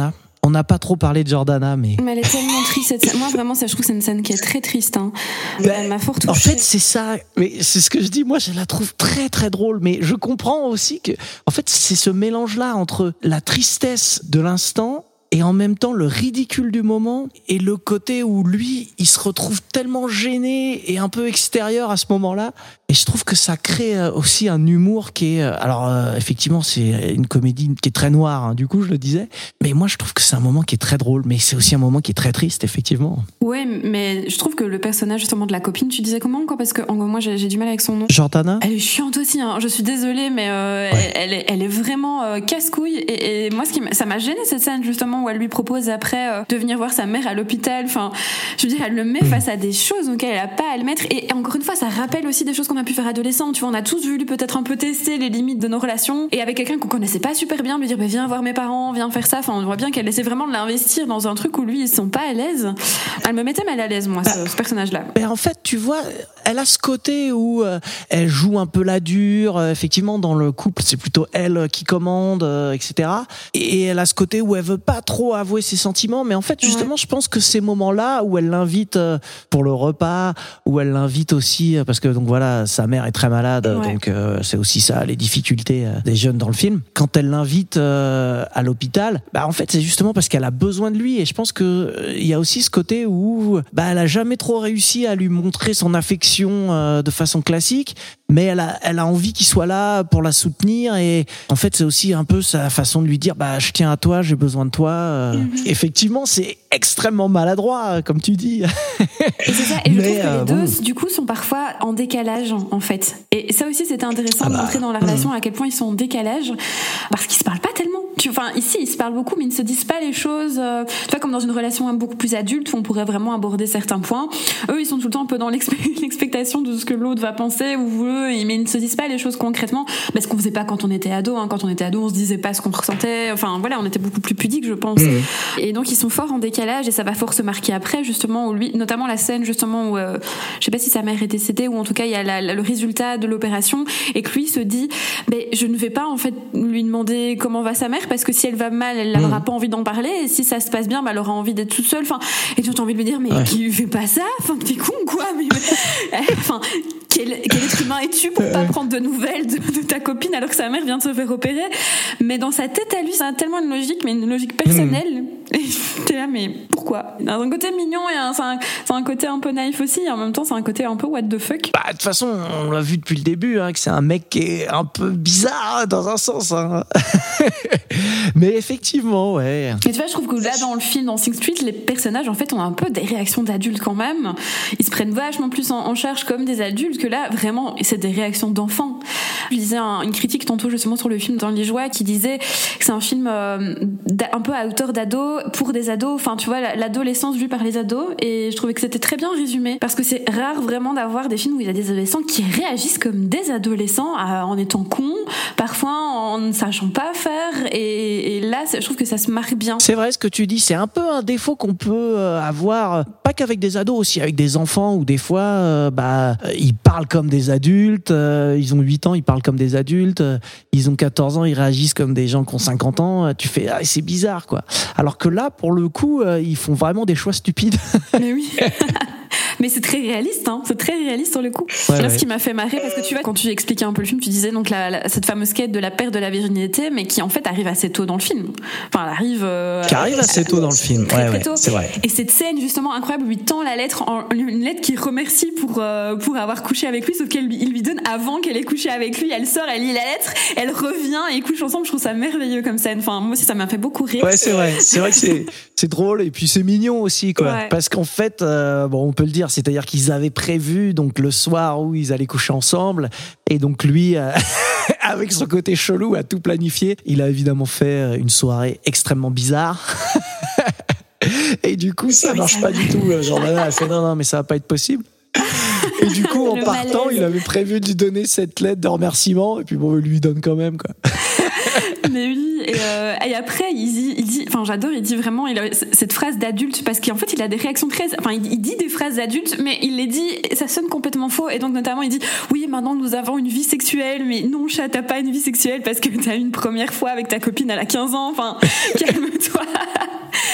On n'a pas trop parlé de Jordana, mais... Mais elle est tellement triste, cette scène. Moi, vraiment, ça, je trouve que c'est une scène qui est très triste. Hein. Ben, elle m'a fort touchée. En fait, c'est ça. Mais c'est ce que je dis. Moi, je la trouve très, très drôle. Mais je comprends aussi que, en fait, c'est ce mélange-là entre la tristesse de l'instant et en même temps le ridicule du moment et le côté où lui, il se retrouve tellement gêné et un peu extérieur à ce moment-là. Et je trouve que ça crée aussi un humour qui est... Alors, euh, effectivement, c'est une comédie qui est très noire, hein, du coup, je le disais. Mais moi, je trouve que c'est un moment qui est très drôle. Mais c'est aussi un moment qui est très triste, effectivement. Ouais, mais je trouve que le personnage, justement, de la copine, tu disais comment encore? Parce que moi, j'ai, j'ai du mal avec son nom. Jordana. Elle est chiante aussi, hein. Je suis désolée, mais euh, ouais. elle, elle, est, elle est vraiment euh, casse-couille. Et, et moi, ce qui ça m'a gêné cette scène, justement, où elle lui propose après euh, de venir voir sa mère à l'hôpital. Enfin, je veux dire, elle le met mmh. face à des choses auxquelles elle n'a pas à le mettre. Et encore une fois, ça rappelle aussi des choses qu'on a pu faire adolescent, tu vois, on a tous voulu peut-être un peu tester les limites de nos relations et avec quelqu'un qu'on connaissait pas super bien, lui dire bah, viens voir mes parents, viens faire ça. Enfin, on voit bien qu'elle essaie vraiment de l'investir dans un truc où lui ils sont pas à l'aise. Elle me mettait mal à l'aise, moi, ce, ce personnage-là. Mais en fait, tu vois, elle a ce côté où euh, elle joue un peu la dure. Euh, effectivement, dans le couple, c'est plutôt elle qui commande, euh, et cetera. Et elle a ce côté où elle veut pas trop avouer ses sentiments. Mais en fait, justement, ouais. je pense que ces moments-là où elle l'invite euh, pour le repas, où elle l'invite aussi parce que donc voilà, sa mère est très malade, ouais. donc euh, c'est aussi ça les difficultés euh, des jeunes dans le film. Quand elle l'invite euh, à l'hôpital, bah en fait c'est justement parce qu'elle a besoin de lui et je pense que euh, il y a aussi ce côté où bah elle a jamais trop réussi à lui montrer son affection euh, de façon classique, mais elle a elle a envie qu'il soit là pour la soutenir et en fait c'est aussi un peu sa façon de lui dire bah je tiens à toi, j'ai besoin de toi. Euh, mm-hmm. Effectivement, c'est extrêmement maladroit comme tu dis. Et c'est ça, et je mais, trouve que euh, les deux bon. du coup sont parfois en décalage en fait. Et ça aussi c'était intéressant ah bah, de montrer dans la relation mmh. à quel point ils sont en décalage parce qu'ils se parlent pas tellement. Tu, enfin ici ils se parlent beaucoup mais ils ne se disent pas les choses. Euh, tu vois comme dans une relation beaucoup plus adulte où on pourrait vraiment aborder certains points. Eux ils sont tout le temps un peu dans l'expe- l'expectation de ce que l'autre va penser ou eux, mais ils ne se disent pas les choses concrètement. Mais ce qu'on faisait pas quand on était ado. Hein. Quand on était ado on se disait pas ce qu'on ressentait. Enfin voilà on était beaucoup plus pudiques je pense. Mmh. Et donc ils sont forts en décalage et ça va fort se marquer après justement où lui notamment la scène justement où euh, je sais pas si sa mère est décédée ou en tout cas il y a la, la, le résultat de l'opération et que lui se dit mais je ne vais pas en fait lui demander comment va sa mère parce que si elle va mal elle n'aura mmh. pas envie d'en parler et si ça se passe bien bah, elle aura envie d'être toute seule enfin et tu as envie de lui dire mais ouais. qui fait pas ça enfin t'es con quoi mais enfin quel, quel être humain es-tu pour pas prendre de nouvelles de, de ta copine alors que sa mère vient de se faire opérer mais dans sa tête à lui ça a tellement une logique mais une logique personnelle mmh. et t'es là mais pourquoi il y a un côté mignon et un, c'est, un, c'est un côté un peu naïf aussi et en même temps c'est un côté un peu what the fuck. Bah de toute façon on l'a vu depuis le début hein, que c'est un mec qui est un peu bizarre dans un sens hein. Mais effectivement ouais. Mais tu vois je trouve que là dans le film dans Sing Street les personnages en fait ont un peu des réactions d'adultes quand même ils se prennent vachement plus en, en charge comme des adultes que là vraiment c'est des réactions d'enfants. Je lisais un, une critique tantôt justement sur le film Dans les joies qui disait que c'est un film euh, un peu à hauteur d'ado pour des ados enfin tu vois l'adolescence vue par les ados et je trouvais que c'était très bien résumé parce que c'est rare vraiment d'avoir des films où il y a des adolescents qui réagissent comme des adolescents à, en étant cons parfois en ne sachant pas faire et, et là je trouve que ça se marque bien. C'est vrai ce que tu dis c'est un peu un défaut qu'on peut avoir pas qu'avec des ados aussi avec des enfants où des fois euh, bah ils parlent comme des adultes euh, ils ont huit ans ils parlent comme des adultes euh, ils ont quatorze ans ils réagissent comme des gens qui ont cinquante ans tu fais ah, c'est bizarre quoi alors que là pour le coup euh, ils font vraiment des choix stupides. Mais oui. Mais c'est très réaliste, hein. C'est très réaliste sur le coup. Ouais, là, ouais. Ce qui m'a fait marrer, parce que tu vois, quand tu expliquais un peu le film, tu disais donc la, la, cette fameuse quête de la perte de la virginité, mais qui en fait arrive assez tôt dans le film. Enfin, elle arrive. Euh, qui arrive assez tôt dans le film. Très, ouais, très ouais, tôt. C'est vrai. Et cette scène justement incroyable lui tend la lettre, en, une lettre qui remercie pour euh, pour avoir couché avec lui, sauf qu'elle il lui donne avant qu'elle ait couché avec lui. Elle sort, elle lit la lettre, elle revient et ils couchent ensemble. Je trouve ça merveilleux comme scène. Enfin, moi aussi, ça m'a fait beaucoup rire. Ouais, c'est vrai. C'est vrai que c'est c'est drôle et puis c'est mignon aussi, quoi. Ouais. Parce qu'en fait, euh, bon, on peut le dire, c'est-à-dire qu'ils avaient prévu donc le soir où ils allaient coucher ensemble et donc lui euh, avec son côté chelou a tout planifié. Il a évidemment fait une soirée extrêmement bizarre. Et du coup ça marche pas du tout. Jordana a fait non non mais ça va pas être possible. Et du coup en partant malaise. Il avait prévu de lui donner cette lettre de remerciement et puis bon il lui donne quand même quoi. Mais oui, et, euh, et après il dit, il dit, enfin j'adore, il dit vraiment il a cette phrase d'adulte parce qu'en fait il a des réactions très, enfin il, il dit des phrases d'adultes, mais il les dit, ça sonne complètement faux et donc notamment il dit oui maintenant nous avons une vie sexuelle, mais non chat t'as pas une vie sexuelle parce que t'as eu une première fois avec ta copine elle a quinze ans, enfin calme-toi.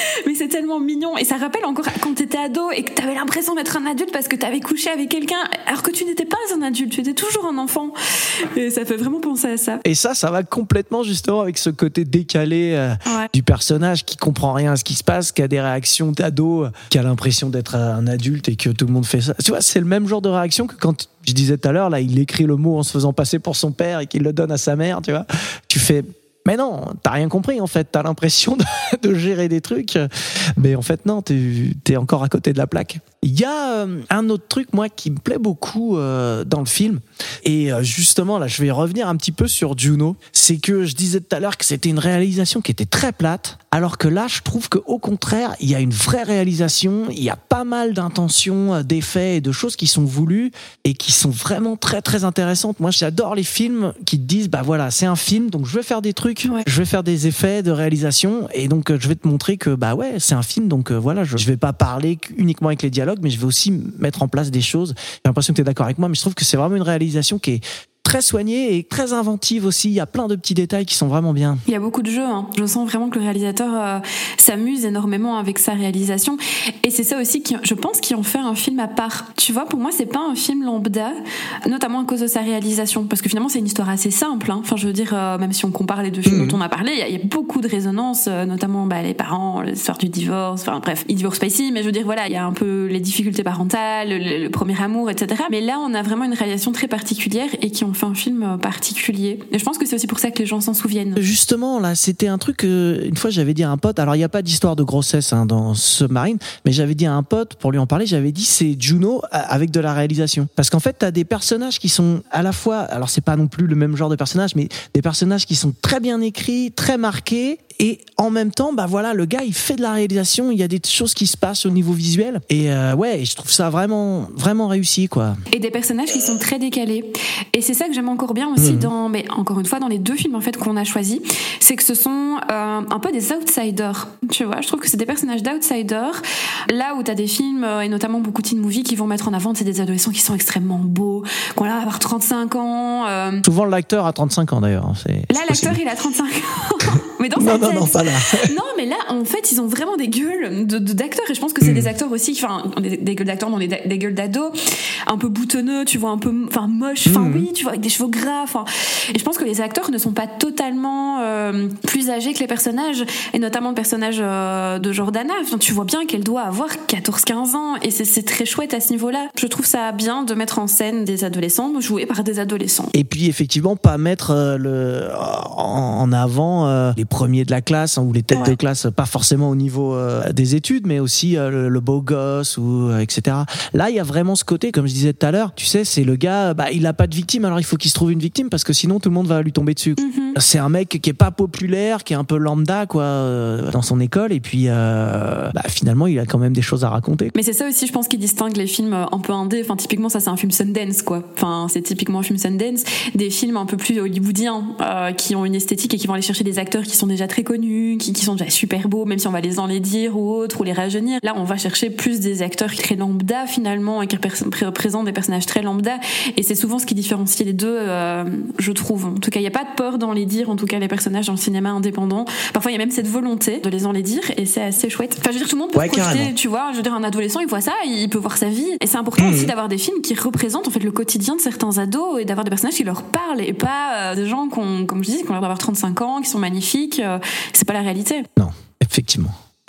c'est tellement mignon. Et ça rappelle encore quand t'étais ado et que t'avais l'impression d'être un adulte parce que t'avais couché avec quelqu'un, alors que tu n'étais pas un adulte, tu étais toujours un enfant. Et ça fait vraiment penser à ça. Et ça, ça va complètement justement avec ce côté décalé euh, ouais. du personnage qui comprend rien à ce qui se passe, qui a des réactions d'ado, qui a l'impression d'être un adulte et que tout le monde fait ça. Tu vois, c'est le même genre de réaction que quand je disais tout à l'heure, là, il écrit le mot en se faisant passer pour son père et qu'il le donne à sa mère, tu vois. Tu fais... Mais non, t'as rien compris en fait, t'as l'impression de, de gérer des trucs, mais en fait non, t'es, t'es encore à côté de la plaque. Il y a euh, un autre truc, moi, qui me plaît beaucoup euh, dans le film, et euh, justement là, je vais revenir un petit peu sur Juno, c'est que je disais tout à l'heure que c'était une réalisation qui était très plate, alors que là, je trouve qu'au contraire, il y a une vraie réalisation, il y a pas mal d'intentions, d'effets et de choses qui sont voulues et qui sont vraiment très très intéressantes. Moi, j'adore les films qui te disent, bah voilà, c'est un film, donc je vais faire des trucs. Ouais. Je vais faire des effets de réalisation et donc je vais te montrer que bah ouais c'est un film donc euh, voilà je, je vais pas parler uniquement avec les dialogues mais je vais aussi mettre en place des choses. J'ai l'impression que tu es d'accord avec moi mais je trouve que c'est vraiment une réalisation qui est très soignée et très inventive aussi. Il y a plein de petits détails qui sont vraiment bien. Il y a beaucoup de jeux. Hein. Je sens vraiment que le réalisateur euh, s'amuse énormément avec sa réalisation. Et c'est ça aussi qui, je pense, qui en fait un film à part. Tu vois, pour moi, c'est pas un film lambda, notamment à cause de sa réalisation. Parce que finalement, c'est une histoire assez simple. Hein. Enfin, je veux dire, euh, même si on compare les deux films mmh. dont on a parlé, il y a, il y a beaucoup de résonances, euh, notamment bah, les parents, l'histoire du divorce. Enfin bref, ils divorcent pas ici, mais je veux dire, voilà, il y a un peu les difficultés parentales, le, le premier amour, et cetera. Mais là, on a vraiment une réalisation très particulière et qui en fait un film particulier. Et je pense que c'est aussi pour ça que les gens s'en souviennent. Justement, là, c'était un truc que, une fois, j'avais dit à un pote, alors il n'y a pas d'histoire de grossesse hein, dans Submarine, mais j'avais dit à un pote, pour lui en parler, j'avais dit c'est Juno avec de la réalisation. Parce qu'en fait, t'as des personnages qui sont à la fois, alors c'est pas non plus le même genre de personnage, mais des personnages qui sont très bien écrits, très marqués, et en même temps, bah voilà, le gars, il fait de la réalisation, il y a des choses qui se passent au niveau visuel, et euh, ouais, je trouve ça vraiment, vraiment réussi, quoi. Et des personnages qui sont très décalés. Et c'est ça que j'aime encore bien aussi mmh. dans, mais encore une fois, dans les deux films, en fait, qu'on a choisis, c'est que ce sont euh, un peu des outsiders, tu vois. Je trouve que c'est des personnages d'outsiders. Là où t'as des films, euh, et notamment beaucoup de teen movies, qui vont mettre en avant, c'est des adolescents qui sont extrêmement beaux, qui ont l'air d'avoir trente-cinq ans. Euh... Souvent, l'acteur a trente-cinq ans, d'ailleurs. C'est, là, c'est l'acteur, possible. Il a trente-cinq ans. Mais dans non, sa non, tête. non, pas là. Non, mais là, en fait, ils ont vraiment des gueules de, de, d'acteurs, et je pense que c'est mmh. des acteurs aussi, enfin, des, des gueules d'acteurs, non, des, des gueules d'ados, un peu boutonneux, tu vois, un peu, enfin, moche, enfin, mmh. oui, tu vois, avec des cheveux gras, enfin. Et je pense que les acteurs ne sont pas totalement euh, plus âgés que les personnages, et notamment le personnage euh, de Jordana. Enfin, tu vois bien qu'elle doit avoir quatorze quinze ans, et c'est, c'est très chouette à ce niveau-là. Je trouve ça bien de mettre en scène des adolescents, joués par des adolescents. Et puis, effectivement, pas mettre euh, le, en, en avant euh, les premiers de la classe, hein, ou les têtes ouais. de classe, pas forcément au niveau euh, des études, mais aussi euh, le, le beau gosse, ou euh, et cetera. Là, il y a vraiment ce côté, comme je disais tout à l'heure, tu sais, c'est le gars, bah, il a pas de victime, alors il faut qu'il se trouve une victime, parce que sinon tout le monde va lui tomber dessus. Mm-hmm. C'est un mec qui est pas populaire, qui est un peu lambda, quoi, euh, dans son école, et puis euh, bah, finalement, il a quand même des choses à raconter. Mais c'est ça aussi, je pense, qui distingue les films un peu indés. Enfin, typiquement, ça, c'est un film Sundance, quoi. Enfin, c'est typiquement un film Sundance. Des films un peu plus hollywoodiens, euh, qui ont une esthétique et qui vont aller chercher des acteurs qui sont déjà très connus, qui, qui sont déjà super beaux, même si on va les enlaidir ou autres, ou les rajeunir. Là, on va chercher plus des acteurs très lambda, finalement, et qui représentent des personnages très lambda. Et c'est souvent ce qui différencie les deux, euh, je trouve. En tout cas, il n'y a pas de peur d'enlaidir, en tout cas, les personnages dans le cinéma indépendant. Parfois, il y a même cette volonté de les enlaidir, et c'est assez chouette. Enfin, je veux dire, tout le monde peut ouais, profiter, carrément. Tu vois. Je veux dire, un adolescent, il voit ça, il peut voir sa vie. Et c'est important mmh. aussi d'avoir des films qui représentent, en fait, le quotidien de certains ados, et d'avoir des personnages qui leur parlent, et pas euh, des gens qui ont, comme je dis, qui ont l'air d'avoir trente-cinq ans, qui sont magnifiques. Euh, c'est pas la réalité. Non, effectivement.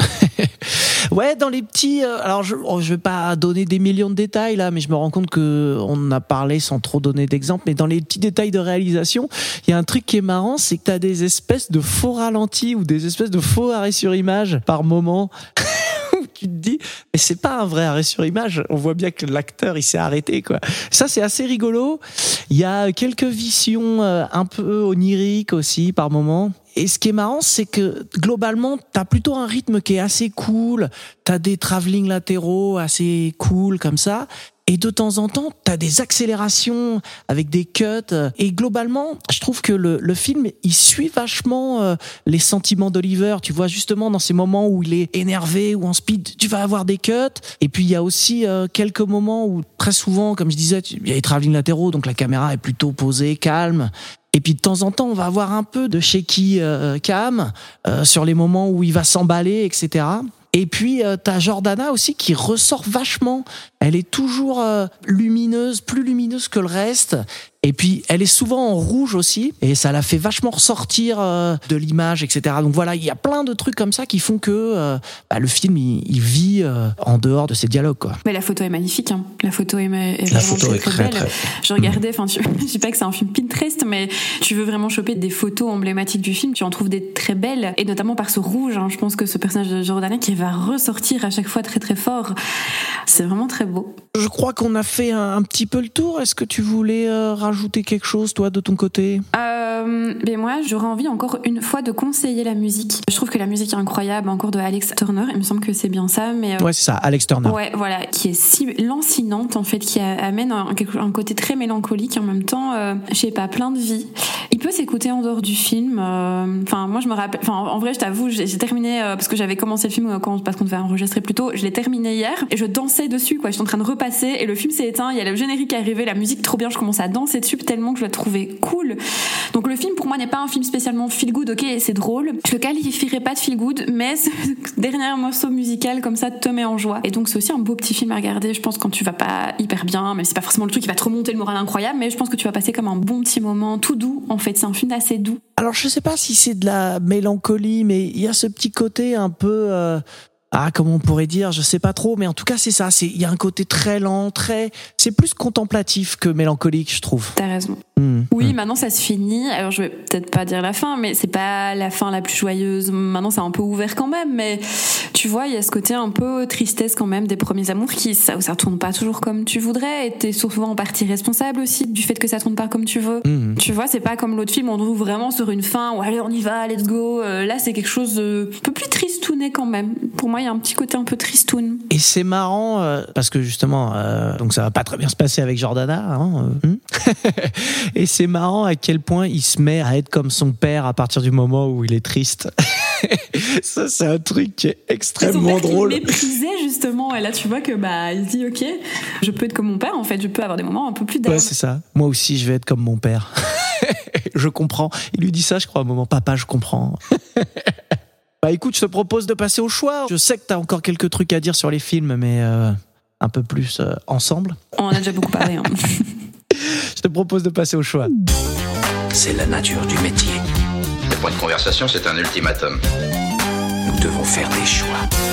Ouais, dans les petits, euh, alors je, oh, je vais pas donner des millions de détails là, mais je me rends compte que on a parlé sans trop donner d'exemples. Mais dans les petits détails de réalisation, il y a un truc qui est marrant, c'est que t'as des espèces de faux ralentis ou des espèces de faux arrêts sur image par moment. Tu te dis, mais c'est pas un vrai arrêt sur image. On voit bien que l'acteur, il s'est arrêté, quoi. Ça, c'est assez rigolo. Il y a quelques visions euh, un peu oniriques aussi, par moment. Et ce qui est marrant, c'est que globalement, t'as plutôt un rythme qui est assez cool. T'as des travelling latéraux assez cool, comme ça. Et de temps en temps, t'as des accélérations avec des cuts. Et globalement, je trouve que le, le film, il suit vachement euh, les sentiments d'Oliver. Tu vois, justement, dans ces moments où il est énervé ou en speed, tu vas avoir des cuts. Et puis, il y a aussi euh, quelques moments où, très souvent, comme je disais, il y a les travelling latéraux, donc la caméra est plutôt posée, calme. Et puis de temps en temps, on va avoir un peu de shaky euh, cam euh, sur les moments où il va s'emballer, et cetera. Et puis euh, t'as Jordana aussi qui ressort vachement. Elle est toujours euh, lumineuse, plus lumineuse que le reste. Et puis, elle est souvent en rouge aussi, et ça la fait vachement ressortir euh, de l'image, et cetera. Donc voilà, il y a plein de trucs comme ça qui font que euh, bah, le film, il, il vit euh, en dehors de ses dialogues, quoi. Mais la photo est magnifique, hein. La photo est, est la vraiment photo très, est très, très, belle. très... Je regardais, enfin, tu... je dis pas que c'est un film Pinterest, mais tu veux vraiment choper des photos emblématiques du film, tu en trouves des très belles, et notamment par ce rouge, hein. Je pense que ce personnage de Jordana qui va ressortir à chaque fois très très fort, c'est vraiment très beau. Je crois qu'on a fait un, un petit peu le tour. Est-ce que tu voulais euh, rajouter quelque chose, toi, de ton côté ? Euh, ben moi, j'aurais envie encore une fois de conseiller la musique. Je trouve que la musique est incroyable, encore de Alex Turner. Il me semble que c'est bien ça, mais euh, ouais, c'est ça, Alex Turner. Ouais, voilà, qui est si lancinante en fait, qui a, amène un, un côté très mélancolique et en même temps, euh, je sais pas, plein de vie. Il peut s'écouter en dehors du film. Enfin, euh, moi, je me rappelle. Enfin, en vrai, je t'avoue, j'ai, j'ai terminé euh, parce que j'avais commencé le film quand, parce qu'on devait enregistrer plus tôt. Je l'ai terminé hier et je dansais dessus, quoi. J'étais en train de repasser et le film s'est éteint. Il y a le générique qui est arrivé, la musique trop bien. Je commence à danser dessus tellement que je la trouvais cool. Donc le film pour moi n'est pas un film spécialement feel good. Ok, c'est drôle. Je le qualifierais pas de feel good, mais ce dernier morceau musical comme ça te met en joie. Et donc c'est aussi un beau petit film à regarder. Je pense quand tu vas pas hyper bien, même si c'est pas forcément le truc qui va te remonter le moral incroyable, mais je pense que tu vas passer comme un bon petit moment, tout doux. En fait, c'est un film assez doux. Alors je sais pas si c'est de la mélancolie, mais il y a ce petit côté un peu. Euh... Ah, comment on pourrait dire, je sais pas trop, mais en tout cas c'est ça, c'est il y a un côté très lent, très, c'est plus contemplatif que mélancolique, je trouve. T'as raison. Mmh, oui, mmh. Maintenant ça se finit. Alors je vais peut-être pas dire la fin, mais c'est pas la fin la plus joyeuse. Maintenant c'est un peu ouvert quand même, mais tu vois, il y a ce côté un peu tristesse quand même des premiers amours qui ça ça tourne pas toujours comme tu voudrais. Et t'es souvent en partie responsable aussi du fait que ça tourne pas comme tu veux. Mmh. Tu vois, c'est pas comme l'autre film, on trouve vraiment sur une fin où allez on y va, let's go. Euh, là c'est quelque chose de un peu plus tristouné quand même. Pour moi il y a un petit côté un peu tristoun. Et c'est marrant euh, parce que justement, euh, donc ça va pas très bien se passer avec Jordana. Hein, euh, et c'est marrant à quel point il se met à être comme son père à partir du moment où il est triste. Ça c'est un truc qui est extrêmement son père drôle. Qui le méprisait justement. Et là tu vois que bah il se dit ok, je peux être comme mon père en fait, je peux avoir des moments un peu plus down. Ouais c'est ça. Moi aussi je vais être comme mon père. Je comprends. Il lui dit ça je crois à un moment. Papa je comprends. Bah écoute, je te propose de passer au choix. Je sais que t'as encore quelques trucs à dire sur les films, mais euh, un peu plus euh, ensemble. On en a déjà beaucoup parlé. Hein. Je te propose de passer au choix. C'est la nature du métier. C'est pas une conversation, c'est un ultimatum. Nous devons faire des choix.